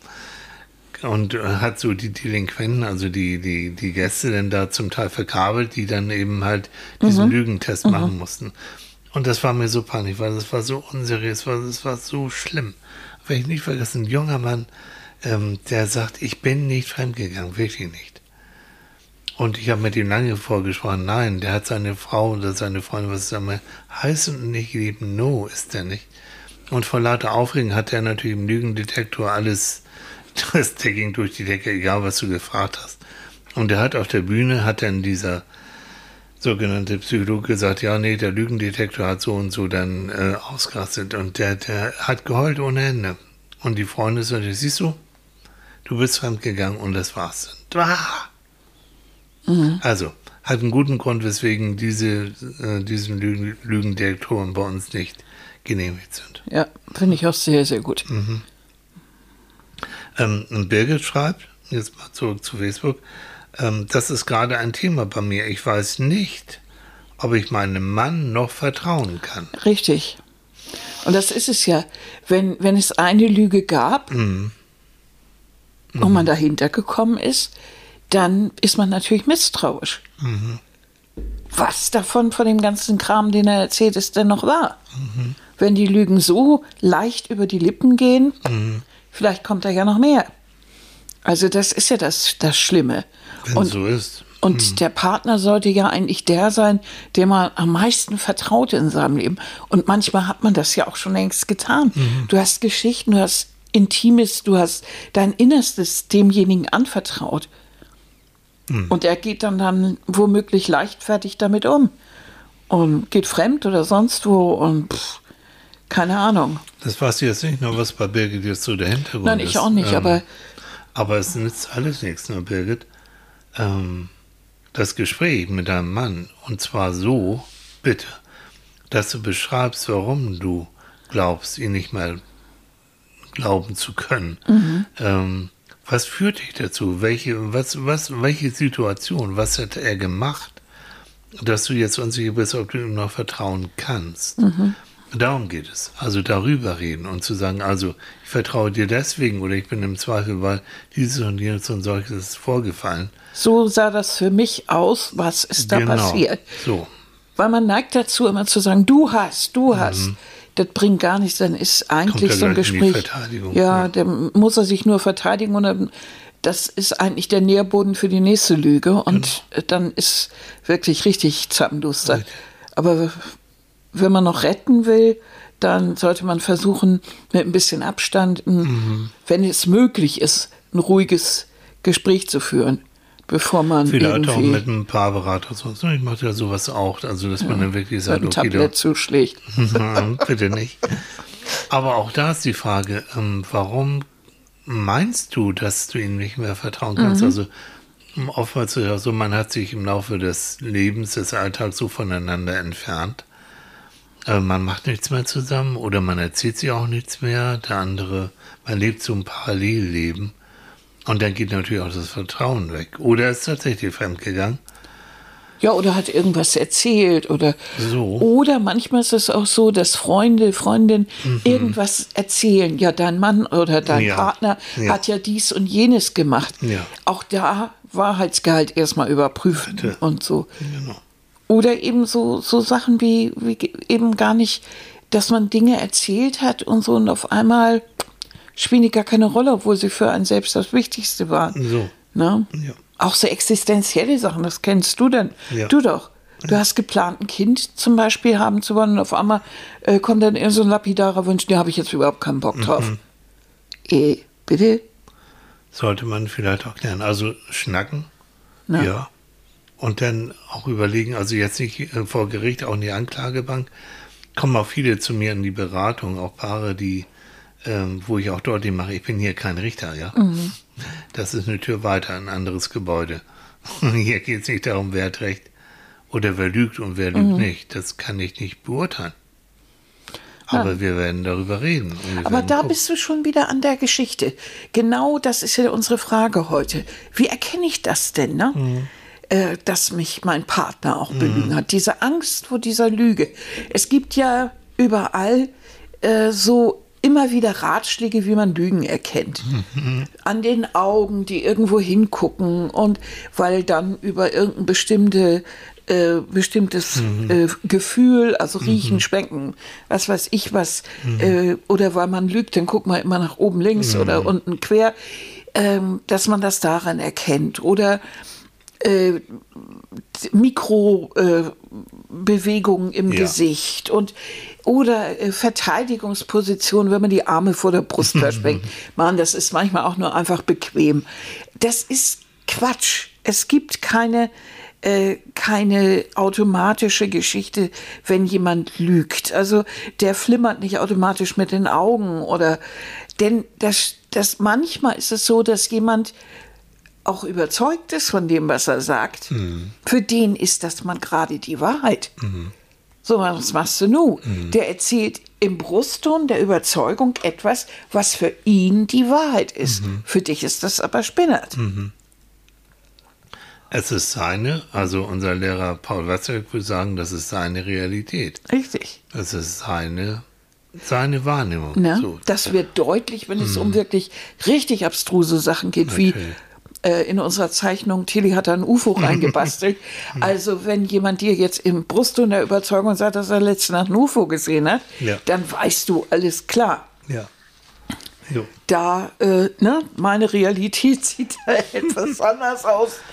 und hat so die Delinquenten, also die, die, die Gäste dann da zum Teil verkabelt, die dann eben halt diesen mhm. Lügentest mhm. machen mussten. Und das war mir so panisch, weil das war so unseriös, weil das war so schlimm. Werde ich nicht vergessen, ein junger Mann, ähm, der sagt, ich bin nicht fremdgegangen, wirklich nicht. Und ich habe mit ihm lange vorgesprochen, nein, der hat seine Frau oder seine Freundin, was sagen wir, heiß und nicht geliebt, no, ist der nicht. Und vor lauter Aufregung hat er natürlich im Lügendetektor alles, das, der ging durch die Decke, egal was du gefragt hast. Und er hat auf der Bühne, hat dann dieser sogenannte Psychologe gesagt, ja, nee, der Lügendetektor hat so und so dann äh, ausgerastet und der, der hat geheult ohne Ende. Und die Freunde sagten, siehst du, du bist fremdgegangen und das war's. Ah! Mhm. Also, hat einen guten Grund, weswegen diese, äh, diesen Lügen, Lügendetektoren bei uns nicht genehmigt sind. Ja, finde ich auch sehr, sehr gut. Mhm. Ähm, und Birgit schreibt, jetzt mal zurück zu Facebook, ähm, das ist gerade ein Thema bei mir. Ich weiß nicht, ob ich meinem Mann noch vertrauen kann. Richtig. Und das ist es ja, wenn, wenn es eine Lüge gab mhm. Mhm. und man dahinter gekommen ist, dann ist man natürlich misstrauisch. Mhm. Was davon, von dem ganzen Kram, den er erzählt, ist denn noch wahr? Mhm. Wenn die Lügen so leicht über die Lippen gehen, mhm. vielleicht kommt da ja noch mehr. Also das ist ja das, das Schlimme. Wenn und, so ist. Und hm. der Partner sollte ja eigentlich der sein, dem man am meisten vertraut in seinem Leben. Und manchmal hat man das ja auch schon längst getan. Mhm. Du hast Geschichten, du hast Intimes, du hast dein Innerstes demjenigen anvertraut. Mhm. Und er geht dann, dann womöglich leichtfertig damit um. Und geht fremd oder sonst wo und pff, keine Ahnung. Das weißt du jetzt nicht nur, was bei Birgit jetzt so der Hintergrund Nein, ist. ich auch nicht, ähm, aber... Aber es nützt alles nichts, nur Birgit. Ähm, das Gespräch mit deinem Mann, und zwar so, bitte, dass du beschreibst, warum du glaubst, ihn nicht mehr glauben zu können. Mhm. Ähm, was führt dich dazu? Welche, was, was, welche Situation, was hat er gemacht, dass du jetzt unsicher bist, ob du ihm noch vertrauen kannst? Mhm. Darum geht es. Also darüber reden und zu sagen, also ich vertraue dir deswegen oder ich bin im Zweifel, weil dieses und jenes und solches ist vorgefallen. So sah das für mich aus, was ist da genau. passiert. So. Weil man neigt dazu, immer zu sagen, du hast, du hast. Mhm. Das bringt gar nichts, dann ist eigentlich so ein Gespräch. Ja, ja, dann muss er sich nur verteidigen und dann, das ist eigentlich der Nährboden für die nächste Lüge und genau. dann ist wirklich richtig zappenduster. Right. Aber wenn man noch retten will, dann sollte man versuchen, mit ein bisschen Abstand, mhm. wenn es möglich ist, ein ruhiges Gespräch zu führen, bevor man vielleicht irgendwie... auch mit einem Paarberater. Ich mache ja sowas auch, also dass man ja, dann wirklich sagt, ein okay, Tablett zuschlägt. Bitte nicht. Aber auch da ist die Frage, ähm, warum meinst du, dass du ihm nicht mehr vertrauen kannst? Mhm. Also oftmals ist es ja so, man hat sich im Laufe des Lebens, des Alltags so voneinander entfernt. Äh, man macht nichts mehr zusammen oder man erzählt sich auch nichts mehr. Der andere, man lebt so ein Parallelleben. Und dann geht natürlich auch das Vertrauen weg. Oder ist tatsächlich fremdgegangen. Ja, oder hat irgendwas erzählt. Oder, so. oder manchmal ist es auch so, dass Freunde, Freundinnen mhm. irgendwas erzählen. Ja, dein Mann oder dein ja. Partner ja. hat ja dies und jenes gemacht. Ja. Auch da Wahrheitsgehalt erstmal überprüfen Bitte. Und so. Genau. Oder eben so, so Sachen wie, wie eben gar nicht, dass man Dinge erzählt hat und so und auf einmal spielen die gar keine Rolle, obwohl sie für einen selbst das Wichtigste waren. So. Ne? Ja. Auch so existenzielle Sachen, das kennst du denn. Ja. Du doch. Du hast geplant, ein Kind zum Beispiel haben zu wollen und auf einmal äh, kommt dann eher so ein lapidarer Wunsch, da habe ich jetzt überhaupt keinen Bock drauf. Mhm. Eh, bitte? Sollte man vielleicht auch lernen. Also schnacken, Na. ja. Und dann auch überlegen, also jetzt nicht vor Gericht, auch in die Anklagebank, kommen auch viele zu mir in die Beratung, auch Paare, die, ähm, wo ich auch deutlich mache, ich bin hier kein Richter, ja. Mhm. Das ist eine Tür weiter, ein anderes Gebäude. Hier geht es nicht darum, wer hat recht oder wer lügt und wer lügt mhm. nicht. Das kann ich nicht beurteilen. Aber ja. wir werden darüber reden. Aber da gucken. Bist du schon wieder an der Geschichte. Genau das ist ja unsere Frage heute. Wie erkenne ich das denn, ne? Mhm. Äh, dass mich mein Partner auch belügen mhm. hat. Diese Angst vor dieser Lüge. Es gibt ja überall äh, so immer wieder Ratschläge, wie man Lügen erkennt. Mhm. An den Augen, die irgendwo hingucken und weil dann über irgendein bestimmte, äh, bestimmtes mhm. äh, Gefühl, also riechen, mhm. schmecken, was weiß ich was, mhm. äh, oder weil man lügt, dann guckt man immer nach oben links mhm. oder unten quer, äh, dass man das daran erkennt. Oder äh, Mikrobewegungen äh, im ja. Gesicht und oder äh, Verteidigungsposition, wenn man die Arme vor der Brust verschränkt. Mann, das ist manchmal auch nur einfach bequem. Das ist Quatsch. Es gibt keine, äh, keine automatische Geschichte, wenn jemand lügt. Also der flimmert nicht automatisch mit den Augen oder denn das, das manchmal ist es so, dass jemand auch überzeugt ist von dem, was er sagt. Mhm. Für den ist das man gerade die Wahrheit. Mhm. So, was machst du nun? Mhm. Der erzählt im Brustton der Überzeugung etwas, was für ihn die Wahrheit ist. Mhm. Für dich ist das aber Spinnert. Mhm. Es ist seine, also unser Lehrer Paul Watzlawick würde sagen, das ist seine Realität. Richtig. Das ist seine, seine Wahrnehmung. Na, so. Das wird deutlich, wenn mhm. es um wirklich richtig abstruse Sachen geht, okay. wie in unserer Zeichnung, Tilly hat da ein U F O reingebastelt. Also wenn jemand dir jetzt im Brustton der Überzeugung sagt, dass er letzte Nacht ein U F O gesehen hat, ja. dann weißt du, alles klar. Ja. Jo. Da, äh, ne, meine Realität sieht da etwas anders aus.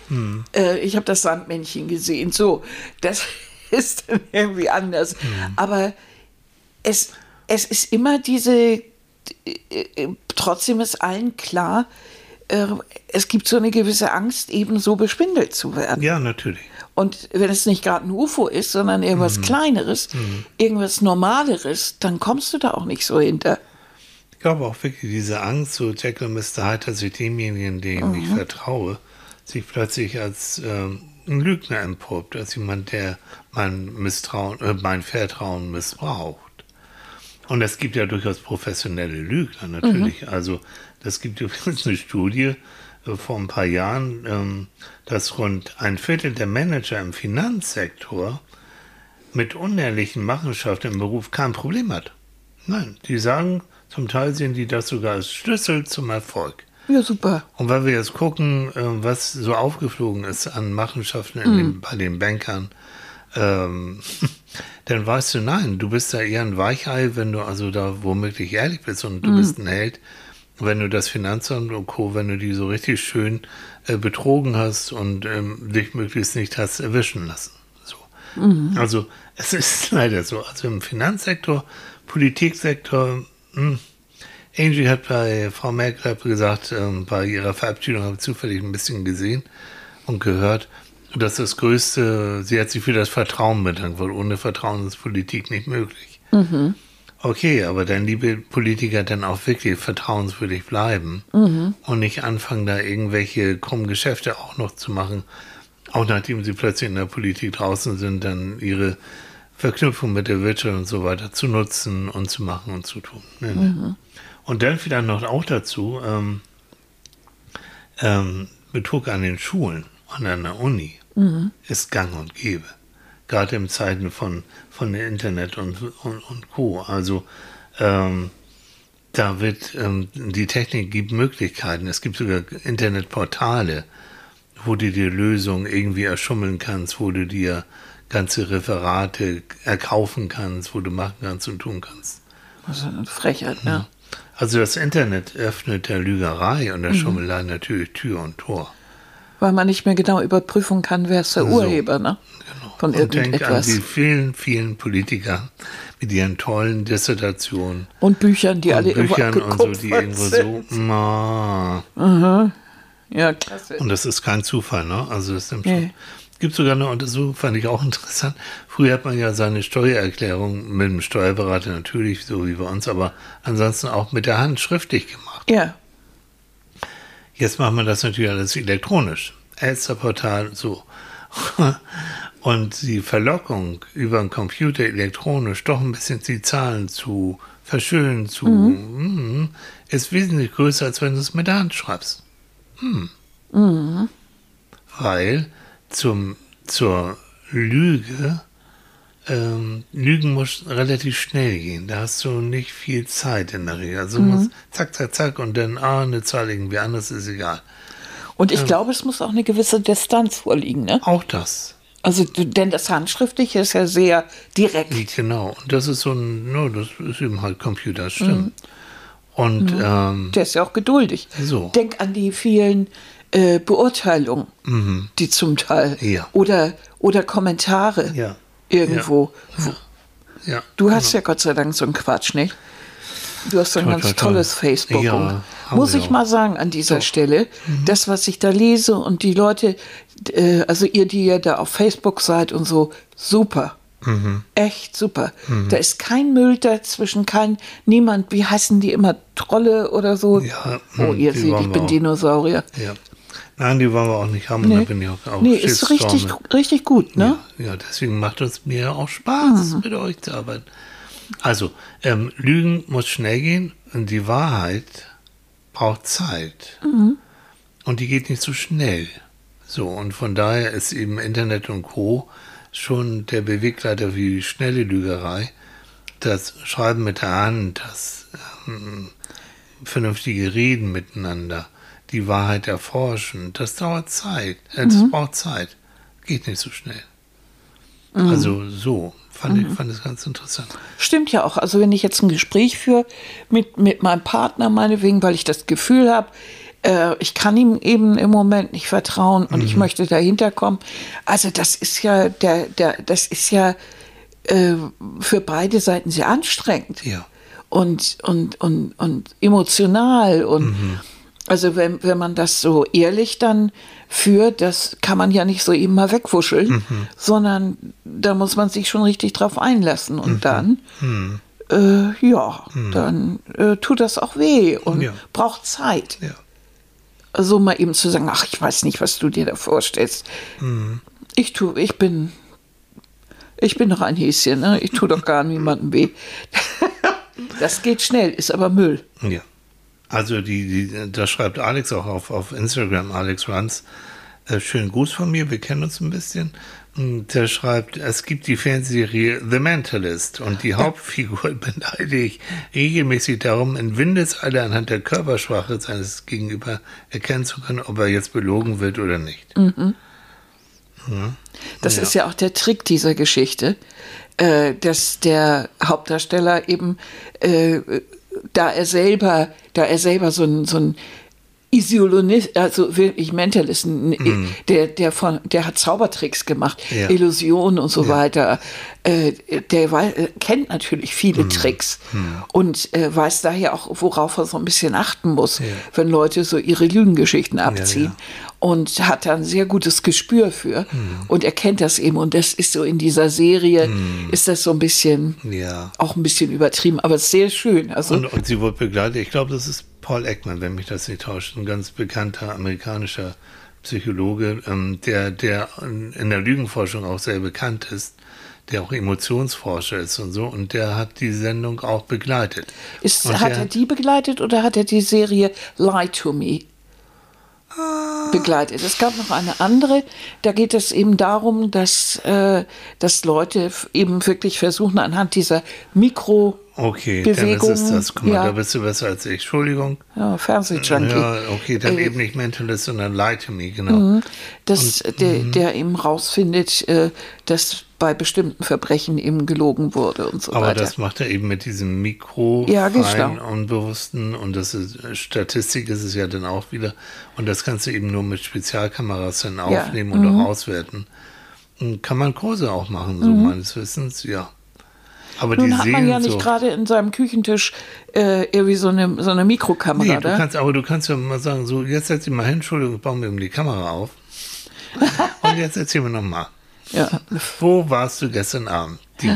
Hm. Äh, ich habe das Sandmännchen gesehen. So, das ist dann irgendwie anders. Hm. Aber es, es ist immer diese, äh, äh, trotzdem ist allen klar, äh, es gibt so eine gewisse Angst, eben so bespindelt zu werden. Ja, natürlich. Und wenn es nicht gerade ein U F O ist, sondern irgendwas Hm. Kleineres, Hm. irgendwas Normaleres, dann kommst du da auch nicht so hinter. Ich glaube auch wirklich diese Angst, so Jekyll und Mister Hyde, dass ich demjenigen, dem ich vertraue, sich plötzlich als ähm, ein Lügner entpuppt, als jemand, der mein Misstrauen, äh, mein Vertrauen missbraucht. Und es gibt ja durchaus professionelle Lügner, natürlich. Mhm. Also das gibt übrigens eine Studie äh, vor ein paar Jahren, ähm, dass rund ein Viertel der Manager im Finanzsektor mit unehrlichen Machenschaften im Beruf kein Problem hat. Nein, die sagen, zum Teil sehen die das sogar als Schlüssel zum Erfolg. Ja, super. Und weil wir jetzt gucken, was so aufgeflogen ist an Machenschaften in mm. den, bei den Bankern, ähm, dann weißt du, nein, du bist da eher ein Weichei, wenn du also da womöglich ehrlich bist und du mm. bist ein Held, wenn du das Finanzamt und Co., wenn du die so richtig schön äh, betrogen hast und ähm, dich möglichst nicht hast erwischen lassen. So. Mm. Also es ist leider so. Also im Finanzsektor, Politiksektor, mh, Angie hat bei Frau Merkel gesagt, ähm, bei ihrer Verabschiedung habe ich zufällig ein bisschen gesehen und gehört, dass das Größte, sie hat sich für das Vertrauen bedankt, weil ohne Vertrauen ist Politik nicht möglich. Mhm. Okay, aber dann, liebe Politiker, dann auch wirklich vertrauenswürdig bleiben mhm. und nicht anfangen, da irgendwelche krummen Geschäfte auch noch zu machen, auch nachdem sie plötzlich in der Politik draußen sind, dann ihre Verknüpfung mit der Wirtschaft und so weiter zu nutzen und zu machen und zu tun. Nee, nee. Mhm. Und dann vielleicht noch auch dazu, ähm, ähm, Betrug an den Schulen und an der Uni mhm. ist gang und gäbe. Gerade in Zeiten von, von Internet und, und, und Co. Also ähm, da wird, ähm, die Technik gibt Möglichkeiten. Es gibt sogar Internetportale, wo du dir Lösungen irgendwie erschummeln kannst, wo du dir ganze Referate erkaufen kannst, wo du machen kannst und tun kannst. Das ist eine Frechheit, ne? Also das Internet öffnet der Lügerei und der mhm. Schummelei natürlich Tür und Tor. Weil man nicht mehr genau überprüfen kann, wer ist der so, Urheber, ne? Genau. Von und denk irgendetwas. an die vielen, vielen Politiker mit ihren tollen Dissertationen. Und Büchern, die und alle Büchern irgendwo und so, die irgendwo sind. so. Ma. Mhm. Ja, klasse. Und das ist kein Zufall, ne? Also das nimmt nee. schon. Es gibt sogar eine Untersuchung, fand ich auch interessant. Früher hat man ja seine Steuererklärung mit dem Steuerberater natürlich, so wie bei uns, aber ansonsten auch mit der Hand schriftlich gemacht. Ja. Jetzt machen wir das natürlich alles elektronisch. Elster-Portal, so. Und die Verlockung über den Computer elektronisch doch ein bisschen die Zahlen zu verschönen, zu, mhm. mh, ist wesentlich größer, als wenn du es mit der Hand schreibst. Hm. Mhm. Weil zum, zur Lüge, ähm, Lügen muss relativ schnell gehen. Da hast du nicht viel Zeit in der Regel. Also mhm. muss zack, zack, zack und dann, ah, eine Zahl irgendwie anders, ist egal. Und ich ähm, glaube, es muss auch eine gewisse Distanz vorliegen, ne? Auch das. Also, denn das Handschriftliche ist ja sehr direkt. Genau. Und das ist so ein, no, das ist eben halt Computer, das stimmt. Mhm. Und, mhm. ähm, der ist ja auch geduldig. So. Denk an die vielen äh, Beurteilungen, mhm. die zum Teil, ja. oder, oder Kommentare ja. irgendwo. Ja. Ja. Du hast genau. ja Gott sei Dank so einen Quatsch, nicht? Du hast so ein toll, ganz toll, tolles toll. Facebook. Ja, muss ich auch. mal sagen an dieser so. Stelle, mhm. das, was ich da lese und die Leute, äh, also ihr, die ja da auf Facebook seid und so, super. Mhm. Echt super. Mhm. Da ist kein Müll dazwischen, kein, niemand, wie heißen die immer, Trolle oder so? Ja, oh, ihr seht, ich bin Dinosaurier. Ja. Nein, die wollen wir auch nicht haben. Nee, da bin ich auch, auch nee ist richtig, richtig gut, ne? Ja, ja, deswegen macht es mir auch Spaß, mhm. mit euch zu arbeiten. Also, ähm, Lügen muss schnell gehen und die Wahrheit braucht Zeit. Mhm. Und die geht nicht so schnell. So, und von daher ist eben Internet und Co. schon der Bewegleiter wie die schnelle Lügerei. Das Schreiben mit der Hand, das ähm, vernünftige Reden miteinander, die Wahrheit erforschen, das dauert Zeit. Das mhm. braucht Zeit. Geht nicht so schnell. Mhm. Also so. Fand ich fand es ganz interessant. Stimmt ja auch. Also wenn ich jetzt ein Gespräch führe mit, mit meinem Partner, meinetwegen, weil ich das Gefühl habe, äh, ich kann ihm eben im Moment nicht vertrauen und mhm. ich möchte dahinter kommen. Also das ist ja, der, der, das ist ja äh, für beide Seiten sehr anstrengend. Ja. Und, und, und, und emotional und mhm. also wenn, wenn man das so ehrlich dann führt, das kann man ja nicht so eben mal wegwuscheln, mhm. sondern da muss man sich schon richtig drauf einlassen und mhm. dann mhm. Äh, ja, mhm. dann äh, tut das auch weh und ja. braucht Zeit. Ja. So mal eben zu sagen, ach, ich weiß nicht, was du dir da vorstellst. Mhm. Ich tu, ich bin ich bin doch ein Häschen, ne? Ich tue doch gar niemandem weh. Das geht schnell, ist aber Müll. Ja. Also die, die, da schreibt Alex auch auf, auf Instagram, Alex Runs, äh, schönen Gruß von mir, wir kennen uns ein bisschen. Und der schreibt, es gibt die Fernsehserie The Mentalist und die Hauptfigur beneide ich regelmäßig darum, in Windeseile anhand der Körpersprache seines Gegenüber erkennen zu können, ob er jetzt belogen wird oder nicht. Mhm. Ja. Das ja. ist ja auch der Trick dieser Geschichte, äh, dass der Hauptdarsteller eben äh, da er selber, da er selber so ein, so ein Illusionist, also wirklich Mentalist, mm. der, der, von, der hat Zaubertricks gemacht, ja. Illusionen und so ja. weiter. Äh, der weiß, kennt natürlich viele mm. Tricks mm. und äh, weiß daher auch, worauf er so ein bisschen achten muss, ja. wenn Leute so ihre Lügengeschichten abziehen. Ja, ja. Und hat da ein sehr gutes Gespür für. Mm. Und er kennt das eben. Und das ist so in dieser Serie, mm. ist das so ein bisschen, ja. auch ein bisschen übertrieben, aber sehr schön. Also, und, und sie wird begleitet, ich glaube, das ist Paul Ekman, wenn mich das nicht täuscht, ein ganz bekannter amerikanischer Psychologe, ähm, der, der in der Lügenforschung auch sehr bekannt ist, der auch Emotionsforscher ist und so, und der hat die Sendung auch begleitet. Ist, hat er die begleitet oder hat er die Serie Lie to Me begleitet? Es gab noch eine andere, da geht es eben darum, dass, äh, dass Leute eben wirklich versuchen, anhand dieser Mikro Okay, dann ist es das. Guck mal, ja. da bist du besser als ich. Entschuldigung. Ja, Fernsehjunkie. Ja, okay, dann äh, eben nicht Mentalist, sondern Lie to Me, genau. Das, Und, der, der eben rausfindet, äh, dass bei bestimmten Verbrechen eben gelogen wurde und so aber weiter. Aber das macht er eben mit diesem Mikro, ja, fein, Unbewussten, und das ist, Statistik ist es ja dann auch wieder. Und das kannst du eben nur mit Spezialkameras dann aufnehmen ja. und mhm. auch auswerten. Und kann man Kurse auch machen, so mhm. meines Wissens, ja. Aber Nun die hat sehen man ja nicht so, und in seinem Küchentisch äh, irgendwie so eine, so eine Mikrokamera. Nee, du kannst, aber du kannst ja mal sagen, so, jetzt setz dich mal hin, Entschuldigung, ich baue mir die Kamera auf. Und jetzt erzähl mir nochmal. Ja. Wo warst du gestern Abend? Die,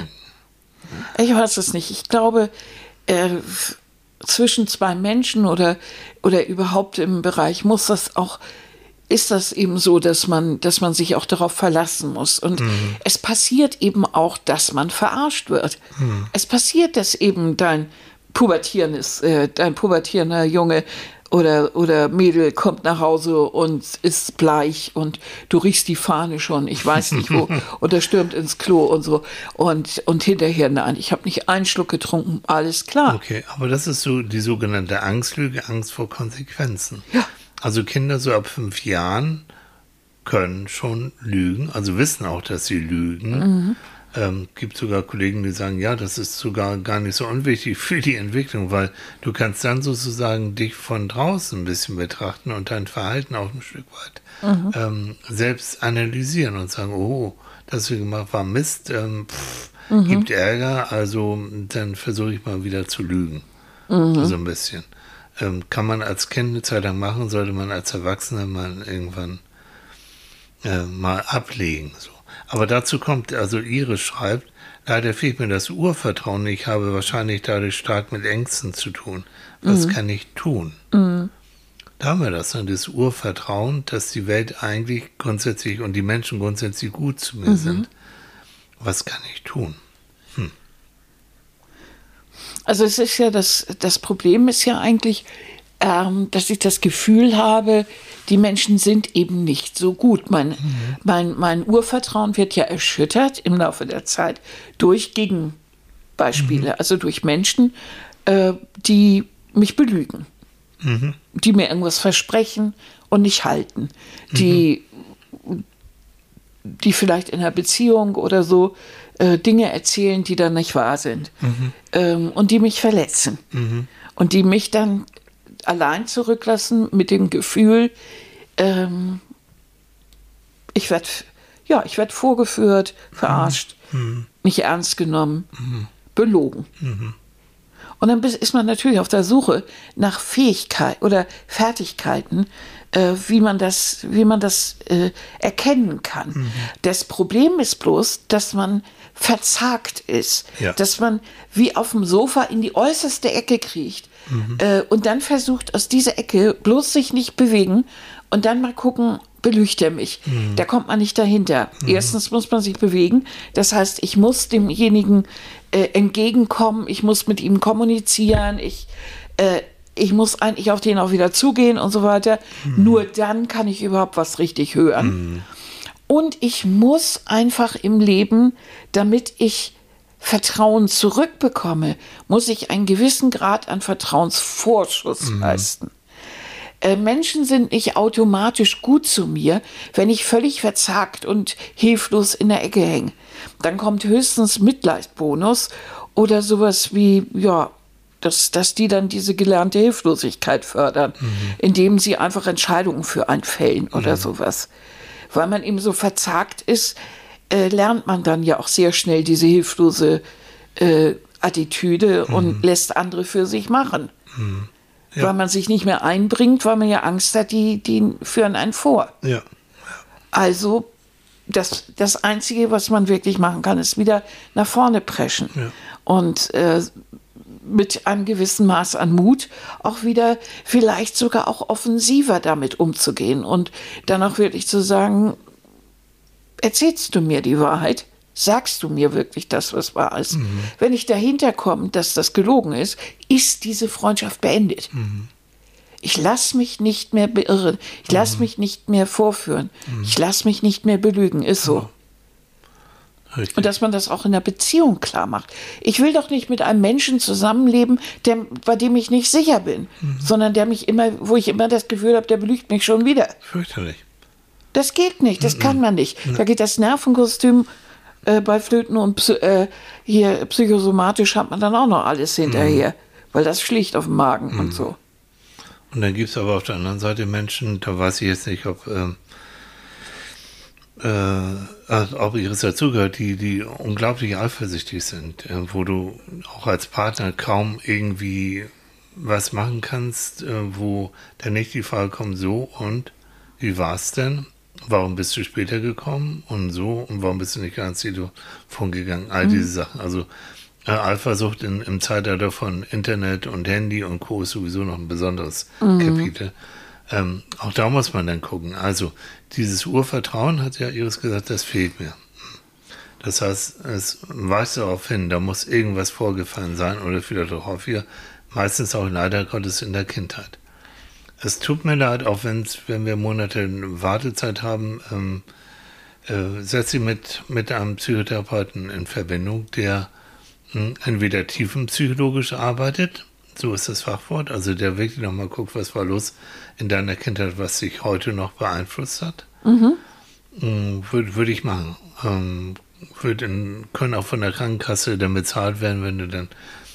ich weiß es nicht. Ich glaube, äh, zwischen zwei Menschen oder, oder überhaupt im Bereich muss das auch ist das eben so, dass man, dass man sich auch darauf verlassen muss. Und mhm. es passiert eben auch, dass man verarscht wird. Mhm. Es passiert, dass eben dein pubertierendes, äh, dein pubertierender Junge oder, oder Mädel kommt nach Hause und ist bleich und du riechst die Fahne schon, ich weiß nicht wo, und er stürmt ins Klo und so. Und, und hinterher, nein, ich habe nicht einen Schluck getrunken, alles klar. Okay, aber das ist so die sogenannte Angstlüge, Angst vor Konsequenzen. Ja. Also Kinder so ab fünf Jahren können schon lügen, also wissen auch, dass sie lügen. Mhm. Ähm, gibt sogar Kollegen, die sagen, ja, das ist sogar gar nicht so unwichtig für die Entwicklung, weil du kannst dann sozusagen dich von draußen ein bisschen betrachten und dein Verhalten auch ein Stück weit mhm. ähm, selbst analysieren und sagen, oh, das wir gemacht war Mist, ähm, pff, mhm. gibt Ärger, also dann versuche ich mal wieder zu lügen. Mhm. So ein bisschen. Ähm, kann man als Kind eine Zeit lang machen, sollte man als Erwachsener mal irgendwann äh, mal ablegen. So. Aber dazu kommt, also Iris schreibt, leider fehlt mir das Urvertrauen, ich habe wahrscheinlich dadurch stark mit Ängsten zu tun. Was mhm. kann ich tun? Mhm. Da haben wir das, dann das Urvertrauen, dass die Welt eigentlich grundsätzlich und die Menschen grundsätzlich gut zu mir mhm. sind. Was kann ich tun? Hm. Also es ist ja das, das Problem ist ja eigentlich, ähm, dass ich das Gefühl habe, die Menschen sind eben nicht so gut. Mein, mhm. mein, mein Urvertrauen wird ja erschüttert im Laufe der Zeit durch Gegenbeispiele, mhm. also durch Menschen, äh, die mich belügen, mhm. die mir irgendwas versprechen und nicht halten, die, mhm. die vielleicht in einer Beziehung oder so äh, Dinge erzählen, die dann nicht wahr sind mhm. ähm, und die mich verletzen mhm. und die mich dann allein zurücklassen mit dem Gefühl, ähm, ich werde ja, ich werd vorgeführt, verarscht, mhm. nicht ernst genommen, mhm. belogen. Mhm. Und dann ist man natürlich auf der Suche nach Fähigkeit oder Fertigkeiten, äh, wie man das, wie man das äh, erkennen kann. Mhm. Das Problem ist bloß, dass man verzagt ist, ja. dass man wie auf dem Sofa in die äußerste Ecke kriecht mhm. äh, und dann versucht, aus dieser Ecke bloß sich nicht bewegen und dann mal gucken, belügt er mich. Mhm. Da kommt man nicht dahinter. Mhm. Erstens muss man sich bewegen. Das heißt, ich muss demjenigen äh, entgegenkommen. Ich muss mit ihm kommunizieren. Ich, äh, ich muss eigentlich auf den auch wieder zugehen und so weiter. Mhm. Nur dann kann ich überhaupt was richtig hören. Mhm. Und ich muss einfach im Leben, damit ich Vertrauen zurückbekomme, muss ich einen gewissen Grad an Vertrauensvorschuss mhm. leisten. Menschen sind nicht automatisch gut zu mir, wenn ich völlig verzagt und hilflos in der Ecke hänge. Dann kommt höchstens Mitleidsbonus oder sowas wie, ja, dass, dass die dann diese gelernte Hilflosigkeit fördern, mhm. indem sie einfach Entscheidungen für einen fällen oder mhm. sowas. Weil man eben so verzagt ist, äh, lernt man dann ja auch sehr schnell diese hilflose äh, Attitüde mhm. und lässt andere für sich machen. Mhm. Ja. Weil man sich nicht mehr einbringt, weil man ja Angst hat, die, die führen einen vor. Ja. Ja. Also das, das Einzige, was man wirklich machen kann, ist wieder nach vorne preschen. Ja. Und äh, mit einem gewissen Maß an Mut auch wieder vielleicht sogar auch offensiver damit umzugehen und dann auch wirklich zu sagen, erzählst du mir die Wahrheit? Sagst du mir wirklich das, was wahr ist? Mhm. Wenn ich dahinter komme, dass das gelogen ist, ist diese Freundschaft beendet. Mhm. Ich lasse mich nicht mehr beirren. Ich lasse mhm. mich nicht mehr vorführen. Mhm. Ich lasse mich nicht mehr belügen. Ist so. Ja. Und dass man das auch in der Beziehung klar macht. Ich will doch nicht mit einem Menschen zusammenleben, der, bei dem ich nicht sicher bin, mhm. sondern der mich immer, wo ich immer das Gefühl habe, der belügt mich schon wieder. Fürchterlich. Das geht nicht. Das mhm. kann man nicht. Mhm. Da geht das Nervenkostüm Äh, bei Flöten und äh, hier psychosomatisch hat man dann auch noch alles hinterher, mhm. weil das schlicht auf dem Magen mhm. und so. Und dann gibt es aber auf der anderen Seite Menschen, da weiß ich jetzt nicht, ob, ähm, äh, ob ihres dazugehört, die, die unglaublich eifersüchtig sind, äh, wo du auch als Partner kaum irgendwie was machen kannst, äh, wo dann nicht die Frage kommt, so und wie war es denn? Warum bist du später gekommen und so und warum bist du nicht ganz Telefon gegangen? All diese mhm. Sachen. Also äh, Eifersucht in, im Zeitalter von Internet und Handy und Co. ist sowieso noch ein besonderes mhm. Kapitel. Ähm, auch da muss man dann gucken. Also dieses Urvertrauen, hat ja Iris gesagt, das fehlt mir. Das heißt, es weist darauf hin, da muss irgendwas vorgefallen sein oder vielleicht auch häufiger, meistens auch leider Gottes in der Kindheit. Es tut mir leid, auch wenn's, wenn wir Monate Wartezeit haben, ähm, äh, setze Sie mit, mit einem Psychotherapeuten in Verbindung, der mh, entweder tiefenpsychologisch arbeitet, so ist das Fachwort, also der wirklich nochmal guckt, was war los in deiner Kindheit, was dich heute noch beeinflusst hat. Mhm. Würde würd ich machen. Ähm, würd in, können auch von der Krankenkasse dann bezahlt werden, wenn du dann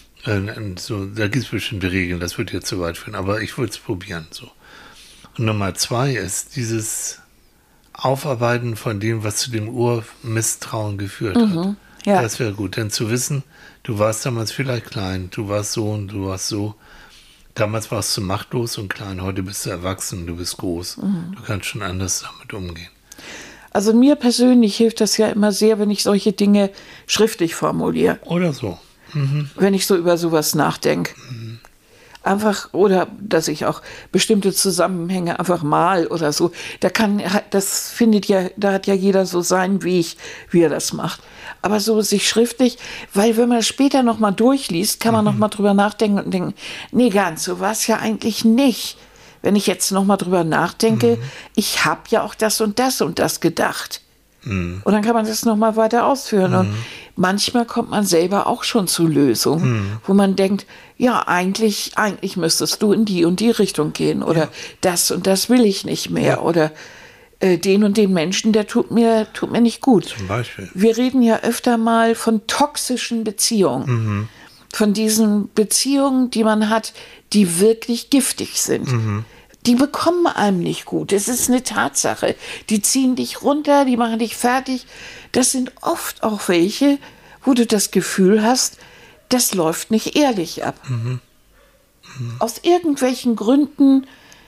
so, da gibt es bestimmte Regeln, das wird jetzt zu weit führen, aber ich würde es probieren. So. Und Nummer zwei ist dieses Aufarbeiten von dem, was zu dem Urmisstrauen geführt mhm, hat. Ja. Das wäre gut, denn zu wissen, du warst damals vielleicht klein, du warst so und du warst so. Damals warst du machtlos und klein, heute bist du erwachsen, du bist groß. Mhm. Du kannst schon anders damit umgehen. Also mir persönlich hilft das ja immer sehr, wenn ich solche Dinge schriftlich formuliere. Oder so. Mhm. Wenn ich so über sowas nachdenke. Mhm. Einfach, oder dass ich auch bestimmte Zusammenhänge einfach mal oder so. Da kann, das findet ja, da hat ja jeder so seinen Weg, wie er das macht. Aber so sich schriftlich, weil wenn man später nochmal durchliest, kann man mhm. nochmal drüber nachdenken und denken, nee, ganz so war es ja eigentlich nicht. Wenn ich jetzt nochmal drüber nachdenke, mhm. ich habe ja auch das und das und das gedacht. Mhm. Und dann kann man das nochmal weiter ausführen. Mhm. Und manchmal kommt man selber auch schon zu Lösungen, mhm. wo man denkt, ja, eigentlich, eigentlich müsstest du in die und die Richtung gehen. Oder ja. das und das will ich nicht mehr. Ja. Oder äh, den und den Menschen, der tut mir, tut mir nicht gut. Zum Beispiel. Wir reden ja öfter mal von toxischen Beziehungen. Mhm. von diesen Beziehungen, die man hat, die wirklich giftig sind. Mhm. Die bekommen einem nicht gut. Es ist eine Tatsache. Die ziehen dich runter, die machen dich fertig. Das sind oft auch welche, wo du das Gefühl hast, das läuft nicht ehrlich ab. Mhm. Mhm. Aus irgendwelchen Gründen,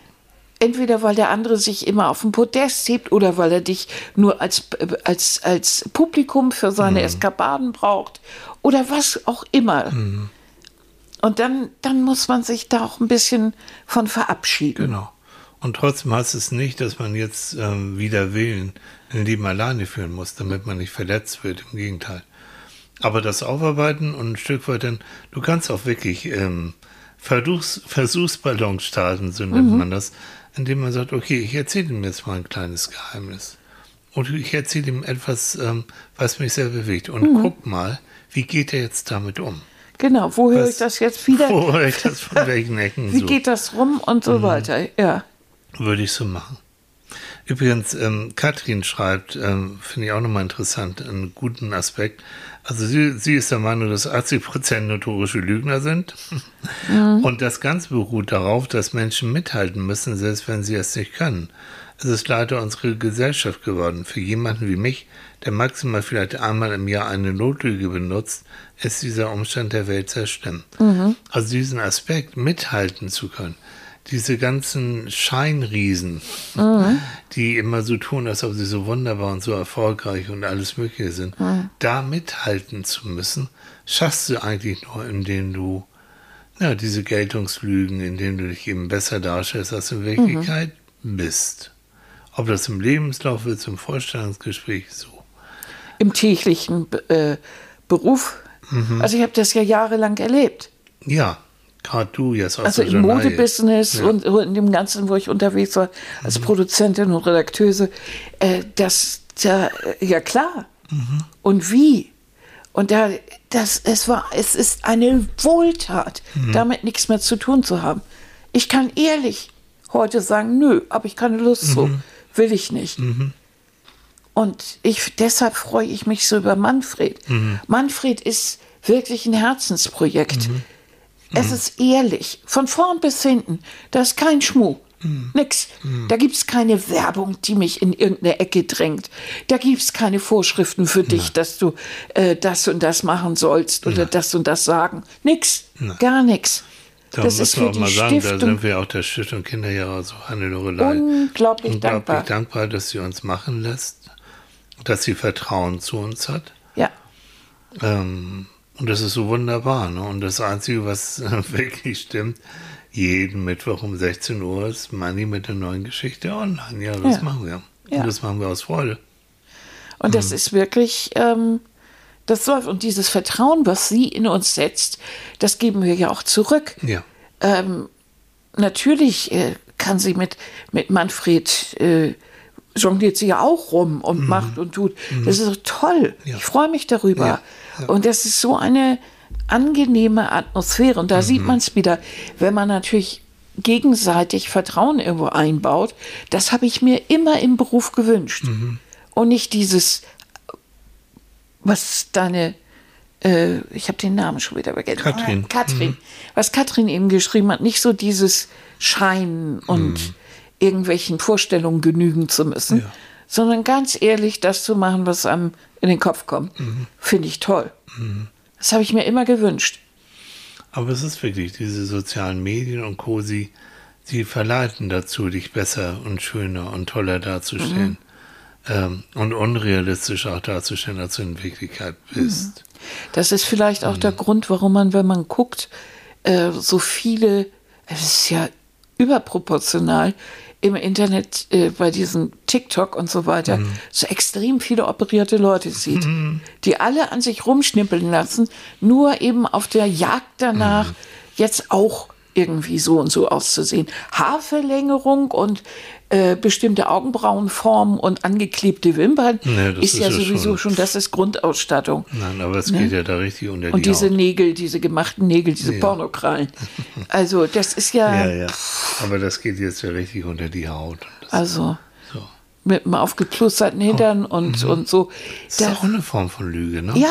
entweder weil der andere sich immer auf den Podest hebt oder weil er dich nur als, als, als Publikum für seine mhm. Eskapaden braucht oder was auch immer. Mhm. Und dann, dann muss man sich da auch ein bisschen von verabschieden. Genau. Und trotzdem heißt es nicht, dass man jetzt ähm, wider Willen ein Leben alleine führen muss, damit man nicht verletzt wird. Im Gegenteil. Aber das Aufarbeiten und ein Stück weit dann, du kannst auch wirklich ähm, Versuchs, Versuchsballons starten, so nennt mhm. man das, indem man sagt, okay, ich erzähle ihm jetzt mal ein kleines Geheimnis. Und ich erzähle ihm etwas, ähm, was mich sehr bewegt. Und mhm. guck mal, wie geht er jetzt damit um? Genau, wo höre ich das jetzt wieder? Wo höre ich das von welchen Ecken? Wie so? geht das rum und so mhm. weiter, ja. Würde ich so machen. Übrigens, ähm, Katrin schreibt, ähm, finde ich auch nochmal interessant, einen guten Aspekt. Also sie, sie ist der Meinung, dass achtzig Prozent notorische Lügner sind. Mhm. Und das Ganze beruht darauf, dass Menschen mithalten müssen, selbst wenn sie es nicht können. Es ist leider unsere Gesellschaft geworden. Für jemanden wie mich, der maximal vielleicht einmal im Jahr eine Notlüge benutzt, ist dieser Umstand der Welt sehr schlimm. Mhm. Also diesen Aspekt, mithalten zu können, diese ganzen Scheinriesen, mhm. die immer so tun, als ob sie so wunderbar und so erfolgreich und alles Mögliche sind, mhm. da mithalten zu müssen, schaffst du eigentlich nur, indem du ja, diese Geltungslügen, indem du dich eben besser darstellst, als du in Wirklichkeit mhm. bist. Ob das im Lebenslauf ist, im Vorstellungsgespräch, so. Im täglichen äh, Beruf. Mhm. Also ich habe das ja jahrelang erlebt. Ja, gerade du jetzt aus Also der im Journal. Modebusiness Ja. und, und in dem Ganzen, wo ich unterwegs war, als mhm. Produzentin und Redakteuse. Äh, das, da, ja klar. Mhm. Und wie? Und da, das, es war, es ist eine Wohltat, mhm. damit nichts mehr zu tun zu haben. Ich kann ehrlich heute sagen, nö, habe ich keine Lust mhm. zu, will ich nicht. Mhm. Und ich, deshalb freue ich mich so über Manfred. Mhm. Manfred ist wirklich ein Herzensprojekt. Mhm. Es mhm. ist ehrlich, von vorn bis hinten. Da ist kein Schmuh, mhm. nix. Mhm. Da gibt es keine Werbung, die mich in irgendeine Ecke drängt. Da gibt es keine Vorschriften für dich, ja. dass du äh, das und das machen sollst oder ja. das und das sagen. Nix, ja. gar nichts. Da das ist für auch die mal sagen, Stiftung, da sind wir auch der Stiftung Kinderjahre so Hannelorelei unglaublich, unglaublich dankbar. dankbar, dass sie uns machen lässt, dass sie Vertrauen zu uns hat. Ja. Ähm, und das ist so wunderbar. Ne? Und das Einzige, was äh, wirklich stimmt, jeden Mittwoch um sechzehn Uhr ist Money mit der neuen Geschichte online. Ja, das ja. machen wir. Ja. Und das machen wir aus Freude. Und das mhm. ist wirklich... Ähm, Das läuft. Und dieses Vertrauen, was sie in uns setzt, das geben wir ja auch zurück. Ja. Ähm, natürlich äh, kann sie mit, mit Manfred, äh, jongliert sie ja auch rum und mhm. macht und tut. Mhm. Das ist so toll. Ja. Ich freue mich darüber. Ja. Ja. Und das ist so eine angenehme Atmosphäre. Und da mhm. sieht man es wieder, wenn man natürlich gegenseitig Vertrauen irgendwo einbaut. Das habe ich mir immer im Beruf gewünscht. Mhm. Und nicht dieses... was deine, äh, ich habe den Namen schon wieder vergessen. Katrin. Katrin. Mhm. Was Katrin eben geschrieben hat, nicht so dieses Scheinen und mhm. irgendwelchen Vorstellungen genügen zu müssen, ja. sondern ganz ehrlich das zu machen, was einem in den Kopf kommt. Mhm. Finde ich toll. Mhm. Das habe ich mir immer gewünscht. Aber es ist wirklich, diese sozialen Medien und Co., sie, sie verleiten dazu, dich besser und schöner und toller darzustellen. Mhm. Ähm, und unrealistisch auch darzustellen, als du in Wirklichkeit bist. Das ist vielleicht auch mhm. der Grund, warum man, wenn man guckt, äh, so viele, es ist ja überproportional, im Internet äh, bei diesem TikTok und so weiter, mhm. so extrem viele operierte Leute sieht, mhm. die alle an sich rumschnippeln lassen, nur eben auf der Jagd danach, mhm. jetzt auch irgendwie so und so auszusehen. Haarverlängerung und äh, bestimmte Augenbrauenformen und angeklebte Wimpern nee, ist, ist ja, ja sowieso schon, schon, das ist Grundausstattung. Nein, aber es ne? geht ja da richtig unter die Und diese Haut. Nägel, diese gemachten Nägel, diese ja. Pornokrallen. Also das ist ja... Ja, ja, aber das geht jetzt ja richtig unter die Haut. Das also so. Mit einem aufgeklusterten Hintern oh. und, mhm. und so. Das ist da, auch eine Form von Lüge, ne? Ja,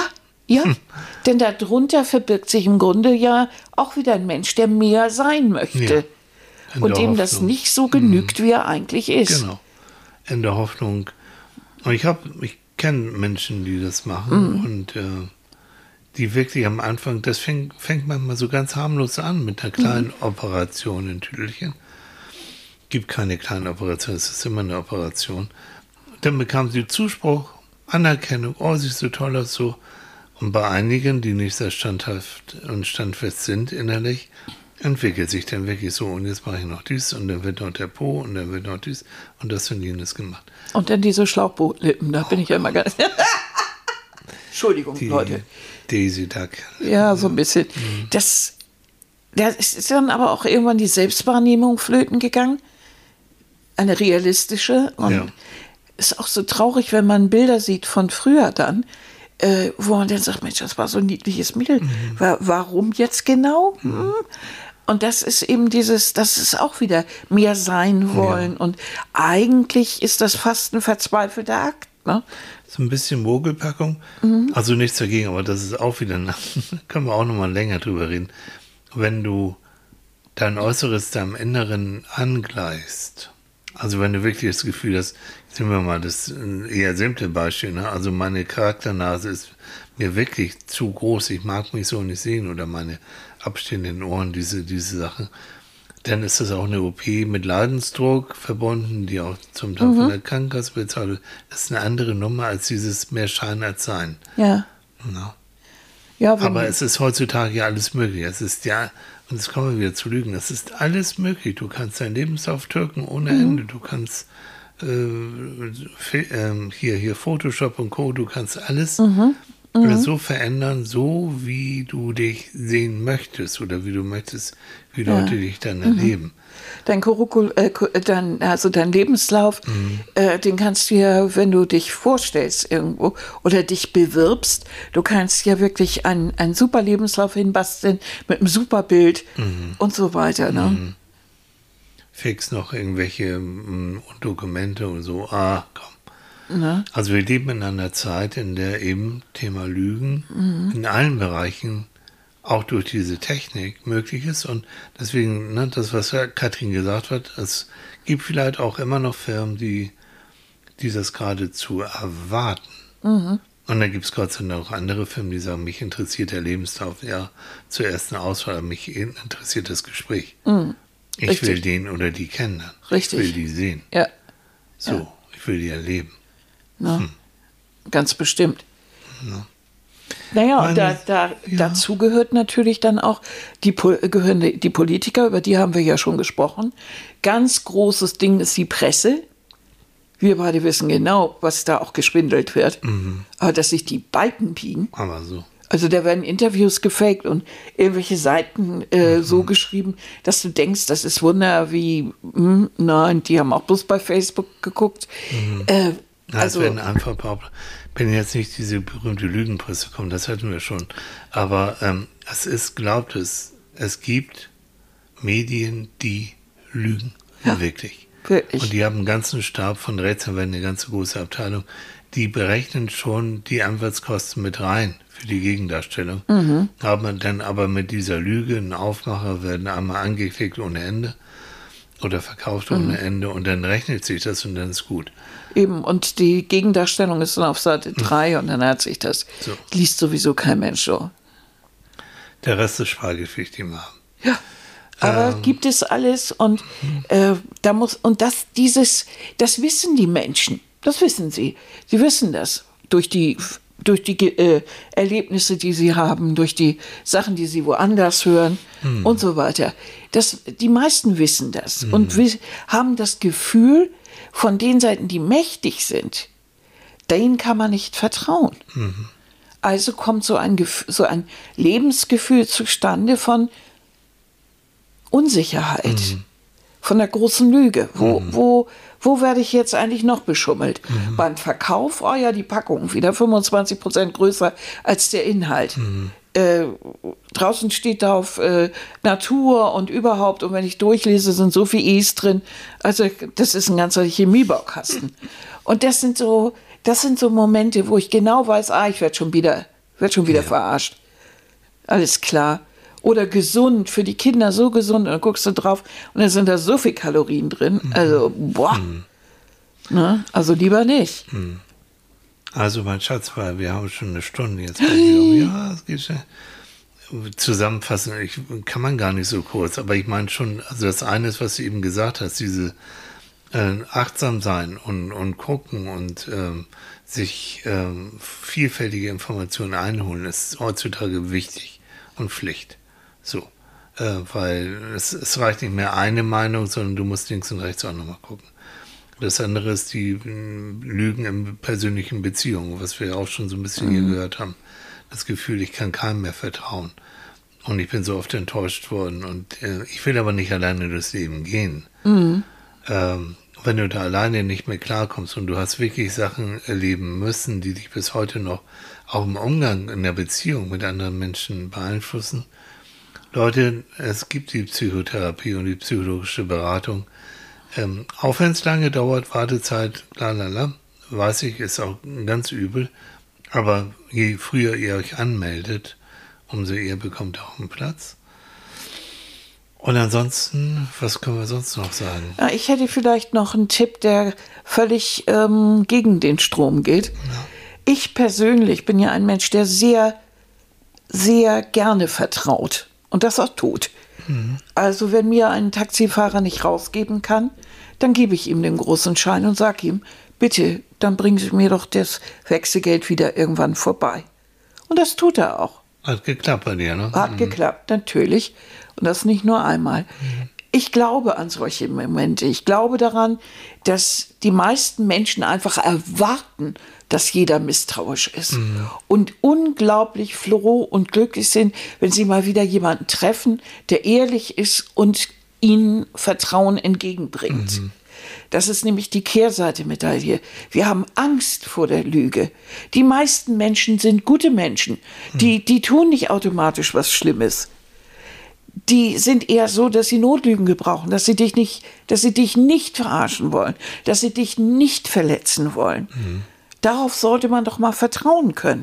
Ja, denn darunter verbirgt sich im Grunde ja auch wieder ein Mensch, der mehr sein möchte. Ja, und dem das nicht so genügt, wie er eigentlich ist. Genau. In der Hoffnung. Und ich habe, ich kenne Menschen, die das machen Mhm. und äh, die wirklich am Anfang, das fängt, fängt manchmal so ganz harmlos an mit einer kleinen mhm. Operation in Tüdelchen. Gibt keine kleine Operation, es ist immer eine Operation. Dann bekam sie Zuspruch, Anerkennung, oh, sie ist so toll aus, so. Und bei einigen, die nicht sehr standhaft und standfest sind innerlich, entwickelt sich dann wirklich so, und jetzt mache ich noch dies, und dann wird noch der Po, und dann wird noch dies, und das und jenes gemacht. Und dann diese Schlauchbootlippen, da oh, bin ich ja immer ganz... Entschuldigung, die Leute. Daisy Duck. Ja, so ein bisschen. Mhm. Das, das ist dann aber auch irgendwann die Selbstwahrnehmung flöten gegangen. Eine realistische. Und ja. Ist auch so traurig, wenn man Bilder sieht von früher dann, äh, wo man dann sagt, Mensch, das war so ein niedliches Mädel. Mhm. Warum jetzt genau? Mhm. Und das ist eben dieses, das ist auch wieder mehr sein wollen. Ja. Und eigentlich ist das fast ein verzweifelter Akt. Ne? So ein bisschen Mogelpackung. Mhm. Also nichts dagegen, aber das ist auch wieder, können wir auch noch mal länger drüber reden. Wenn du dein Äußeres deinem Inneren angleichst, also wenn du wirklich das Gefühl hast, sehen wir mal, das ist ein eher simple Beispiel, ne? Also meine Charakternase ist mir wirklich zu groß, ich mag mich so nicht sehen, oder meine abstehenden Ohren, diese, diese Sache, dann ist das auch eine O P mit Leidensdruck verbunden, die auch zum Teil mhm. von der Krankenkasse bezahlt wird. Das ist eine andere Nummer als dieses mehr Schein als Sein. Ja. Ja. Ja, aber es ist heutzutage ja alles möglich. Es ist ja, und jetzt kommen wir wieder zu lügen, es ist alles möglich. Du kannst dein Lebenslauf türken ohne mhm. Ende. Du kannst äh, äh, hier, hier Photoshop und Co., du kannst alles mhm. Mhm. so verändern, so wie du dich sehen möchtest oder wie du möchtest, wie Leute ja. dich dann mhm. erleben. Dein Curricul, äh, dein, also dein Lebenslauf, mhm. äh, den kannst du ja, wenn du dich vorstellst irgendwo oder dich bewirbst, du kannst ja wirklich einen, einen super Lebenslauf hinbasteln mit einem super Bild mhm. und so weiter. Ne? Mhm. Fix noch irgendwelche m, Dokumente und so. Ah, komm. Na? Also wir leben in einer Zeit, in der eben Thema Lügen mhm. in allen Bereichen auch durch diese Technik möglich ist. Und deswegen, ne, das, was Katrin gesagt hat, es gibt vielleicht auch immer noch Firmen, die, die das geradezu erwarten. Mhm. Und dann gibt es Gott sei Dank auch andere Firmen, die sagen, mich interessiert der Lebenslauf ja zur ersten Auswahl, aber mich interessiert das Gespräch. Mhm. Ich Richtig. will den oder die kennenlernen. Richtig. Ich will die sehen. Ja. So, ja. Ich will die erleben. Hm. Ganz bestimmt. Ja. Naja, Meine, und da, da, ja. dazu gehört natürlich dann auch, die, gehören die, die Politiker, über die haben wir ja schon gesprochen. Ganz großes Ding ist die Presse. Wir beide wissen genau, was da auch geschwindelt wird. Mhm. Aber dass sich die Balken biegen. Aber so. Also da werden Interviews gefaked und irgendwelche Seiten äh, mhm. so geschrieben, dass du denkst, das ist Wunder wie, mh, nein, die haben auch bloß bei Facebook geguckt. Mhm. Äh, Na, also, es werden einfach behauptet, wenn jetzt nicht diese berühmte Lügenpresse kommt, das hatten wir schon. Aber ähm, es ist, glaubt es, es gibt Medien, die lügen. Ja, wirklich. wirklich. Und die haben einen ganzen Stab von Rechtsanwälten, eine ganze große Abteilung. Die berechnen schon die Anwaltskosten mit rein für die Gegendarstellung. Mhm. Haben dann aber mit dieser Lüge einen Aufmacher, werden einmal angeklickt ohne Ende oder verkauft ohne mhm. Ende und dann rechnet sich das und dann ist gut. Eben, und die Gegendarstellung ist dann auf Seite drei mhm. und dann hat sich das. So. Liest sowieso kein Mensch so. Der Rest ist Schweigepflicht, die wir haben. Ja. Aber ähm, gibt es alles und äh, da muss und das dieses das wissen die Menschen, das wissen sie, sie wissen das durch die durch die äh, Erlebnisse, die sie haben, durch die Sachen, die sie woanders hören hm. und so weiter. Das die meisten wissen das hm. und wir haben das Gefühl, von den Seiten, die mächtig sind, denen kann man nicht vertrauen. Hm. Also kommt so ein so ein Lebensgefühl zustande von Unsicherheit, mhm. von der großen Lüge. Wo, mhm. wo, wo werde ich jetzt eigentlich noch beschummelt? Mhm. Beim Verkauf, oh ja, die Packung wieder fünfundzwanzig Prozent größer als der Inhalt. Mhm. Äh, draußen steht da auf äh, Natur und überhaupt, und wenn ich durchlese, sind so viele E's drin. Also das ist ein ganzer Chemiebaukasten. Und das sind so, das sind so Momente, wo ich genau weiß, ah, ich werde schon wieder wird schon wieder Ja. verarscht. Alles klar. Oder gesund, für die Kinder so gesund. Und dann guckst du drauf und dann sind da so viel Kalorien drin. Also, boah. Mhm. Ne? Also lieber nicht. Also mein Schatz, weil wir haben schon eine Stunde jetzt. Ja, es geht schon. Zusammenfassen, ich, kann man gar nicht so kurz, aber ich meine schon, also das eine ist, was du eben gesagt hast, diese äh, achtsam sein und, und gucken und ähm, sich ähm, vielfältige Informationen einholen, ist heutzutage wichtig und Pflicht. So, äh, weil es, es reicht nicht mehr eine Meinung, sondern du musst links und rechts auch nochmal gucken. Das andere ist die mh, Lügen in persönlichen Beziehungen, was wir auch schon so ein bisschen mhm. hier gehört haben. Das Gefühl, ich kann keinem mehr vertrauen. Und ich bin so oft enttäuscht worden. Und äh, ich will aber nicht alleine durchs Leben gehen. Mhm. Ähm, wenn du da alleine nicht mehr klarkommst und du hast wirklich Sachen erleben müssen, die dich bis heute noch auch im Umgang in der Beziehung mit anderen Menschen beeinflussen. Leute, es gibt die Psychotherapie und die psychologische Beratung. Ähm, auch wenn es lange dauert, Wartezeit, lalala, weiß ich, ist auch ganz übel. Aber je früher ihr euch anmeldet, umso eher bekommt ihr auch einen Platz. Und ansonsten, was können wir sonst noch sagen? Ja, ich hätte vielleicht noch einen Tipp, der völlig ähm, gegen den Strom geht. Ja. Ich persönlich bin ja ein Mensch, der sehr, sehr gerne vertraut und das auch tut. Mhm. Also wenn mir ein Taxifahrer nicht rausgeben kann, dann gebe ich ihm den großen Schein und sage ihm, bitte, dann bringen Sie mir doch das Wechselgeld wieder irgendwann vorbei. Und das tut er auch. Hat geklappt bei dir, ne? Hat mhm. geklappt, natürlich. Und das nicht nur einmal. Mhm. Ich glaube an solche Momente. Ich glaube daran, dass die meisten Menschen einfach erwarten, dass jeder misstrauisch ist. Mhm. Und unglaublich froh und glücklich sind, wenn sie mal wieder jemanden treffen, der ehrlich ist und ihnen Vertrauen entgegenbringt. Mhm. Das ist nämlich die Kehrseite Medaille. Wir haben Angst vor der Lüge. Die meisten Menschen sind gute Menschen. Die, die tun nicht automatisch was Schlimmes. Die sind eher so, dass sie Notlügen gebrauchen, dass sie dich nicht, dass sie dich nicht verarschen wollen, dass sie dich nicht verletzen wollen. Mhm. Darauf sollte man doch mal vertrauen können.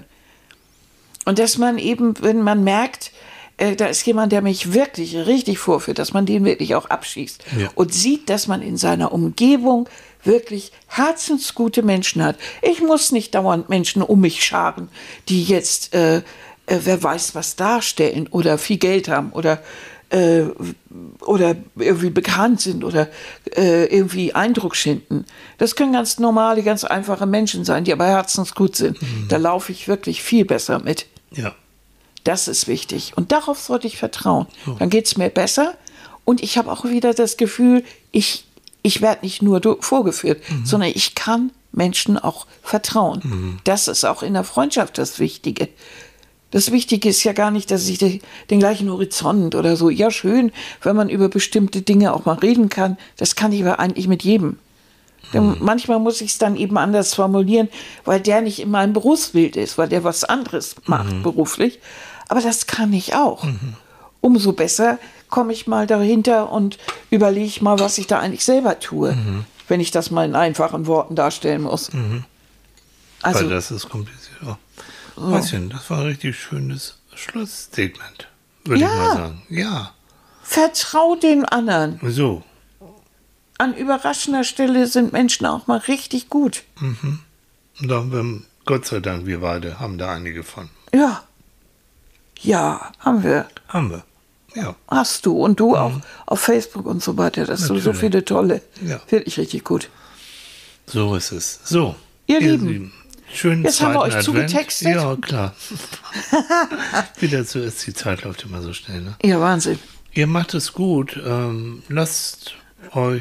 Und dass man eben, wenn man merkt, äh, da ist jemand, der mich wirklich richtig vorführt, dass man den wirklich auch abschießt. Ja. Und sieht, dass man in seiner Umgebung wirklich herzensgute Menschen hat. Ich muss nicht dauernd Menschen um mich scharen, die jetzt, äh, äh, wer weiß was darstellen oder viel Geld haben oder, äh, oder irgendwie bekannt sind oder äh, irgendwie Eindruck schinden. Das können ganz normale, ganz einfache Menschen sein, die aber herzensgut sind. Mhm. Da laufe ich wirklich viel besser mit. Ja. Das ist wichtig. Und darauf sollte ich vertrauen. Oh. Dann geht es mir besser. Und ich habe auch wieder das Gefühl, ich, ich werde nicht nur vorgeführt, mhm. sondern ich kann Menschen auch vertrauen. Mhm. Das ist auch in der Freundschaft das Wichtige. Das Wichtige ist ja gar nicht, dass ich den, den gleichen Horizont oder so. Ja, schön, wenn man über bestimmte Dinge auch mal reden kann. Das kann ich aber eigentlich mit jedem. Denn manchmal muss ich es dann eben anders formulieren, weil der nicht in meinem Berufsbild ist, weil der was anderes macht mhm. beruflich. Aber das kann ich auch. Mhm. Umso besser komme ich mal dahinter und überlege mal, was ich da eigentlich selber tue, mhm. wenn ich das mal in einfachen Worten darstellen muss. Mhm. Also, weil das ist kompliziert. Oh. So. Weißchen, das war ein richtig schönes Schlussstatement, würde ja. ich mal sagen. Ja. Vertrau den anderen. So. An überraschender Stelle sind Menschen auch mal richtig gut. Mhm. Und da haben wir, Gott sei Dank, wir beide haben da einige von. Ja. Ja, haben wir. Haben wir, ja. Hast du. Und du mhm. auch auf Facebook und so weiter. Das sind so viele tolle. Ja. Wirklich richtig gut. So ist es. So. Ihr, ihr Lieben. Lieben. Schönen Jetzt haben wir euch Advent. zugetextet. Ja, klar. Wieder so ist, die Zeit läuft immer so schnell. Ne? Ja, Wahnsinn. Ihr macht es gut. Ähm, lasst euch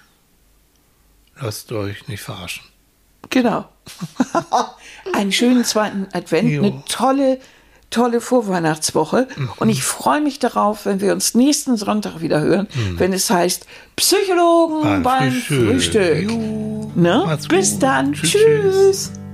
lasst euch nicht verarschen. Genau. Einen schönen zweiten Advent, jo. Eine tolle, tolle Vorweihnachtswoche. Mhm. Und ich freue mich darauf, wenn wir uns nächsten Sonntag wieder hören, mhm. wenn es heißt Psychologen beim, beim Frühstück. Frühstück. Jo. Ne? Bis gut. dann. Tschüss. Tschüss.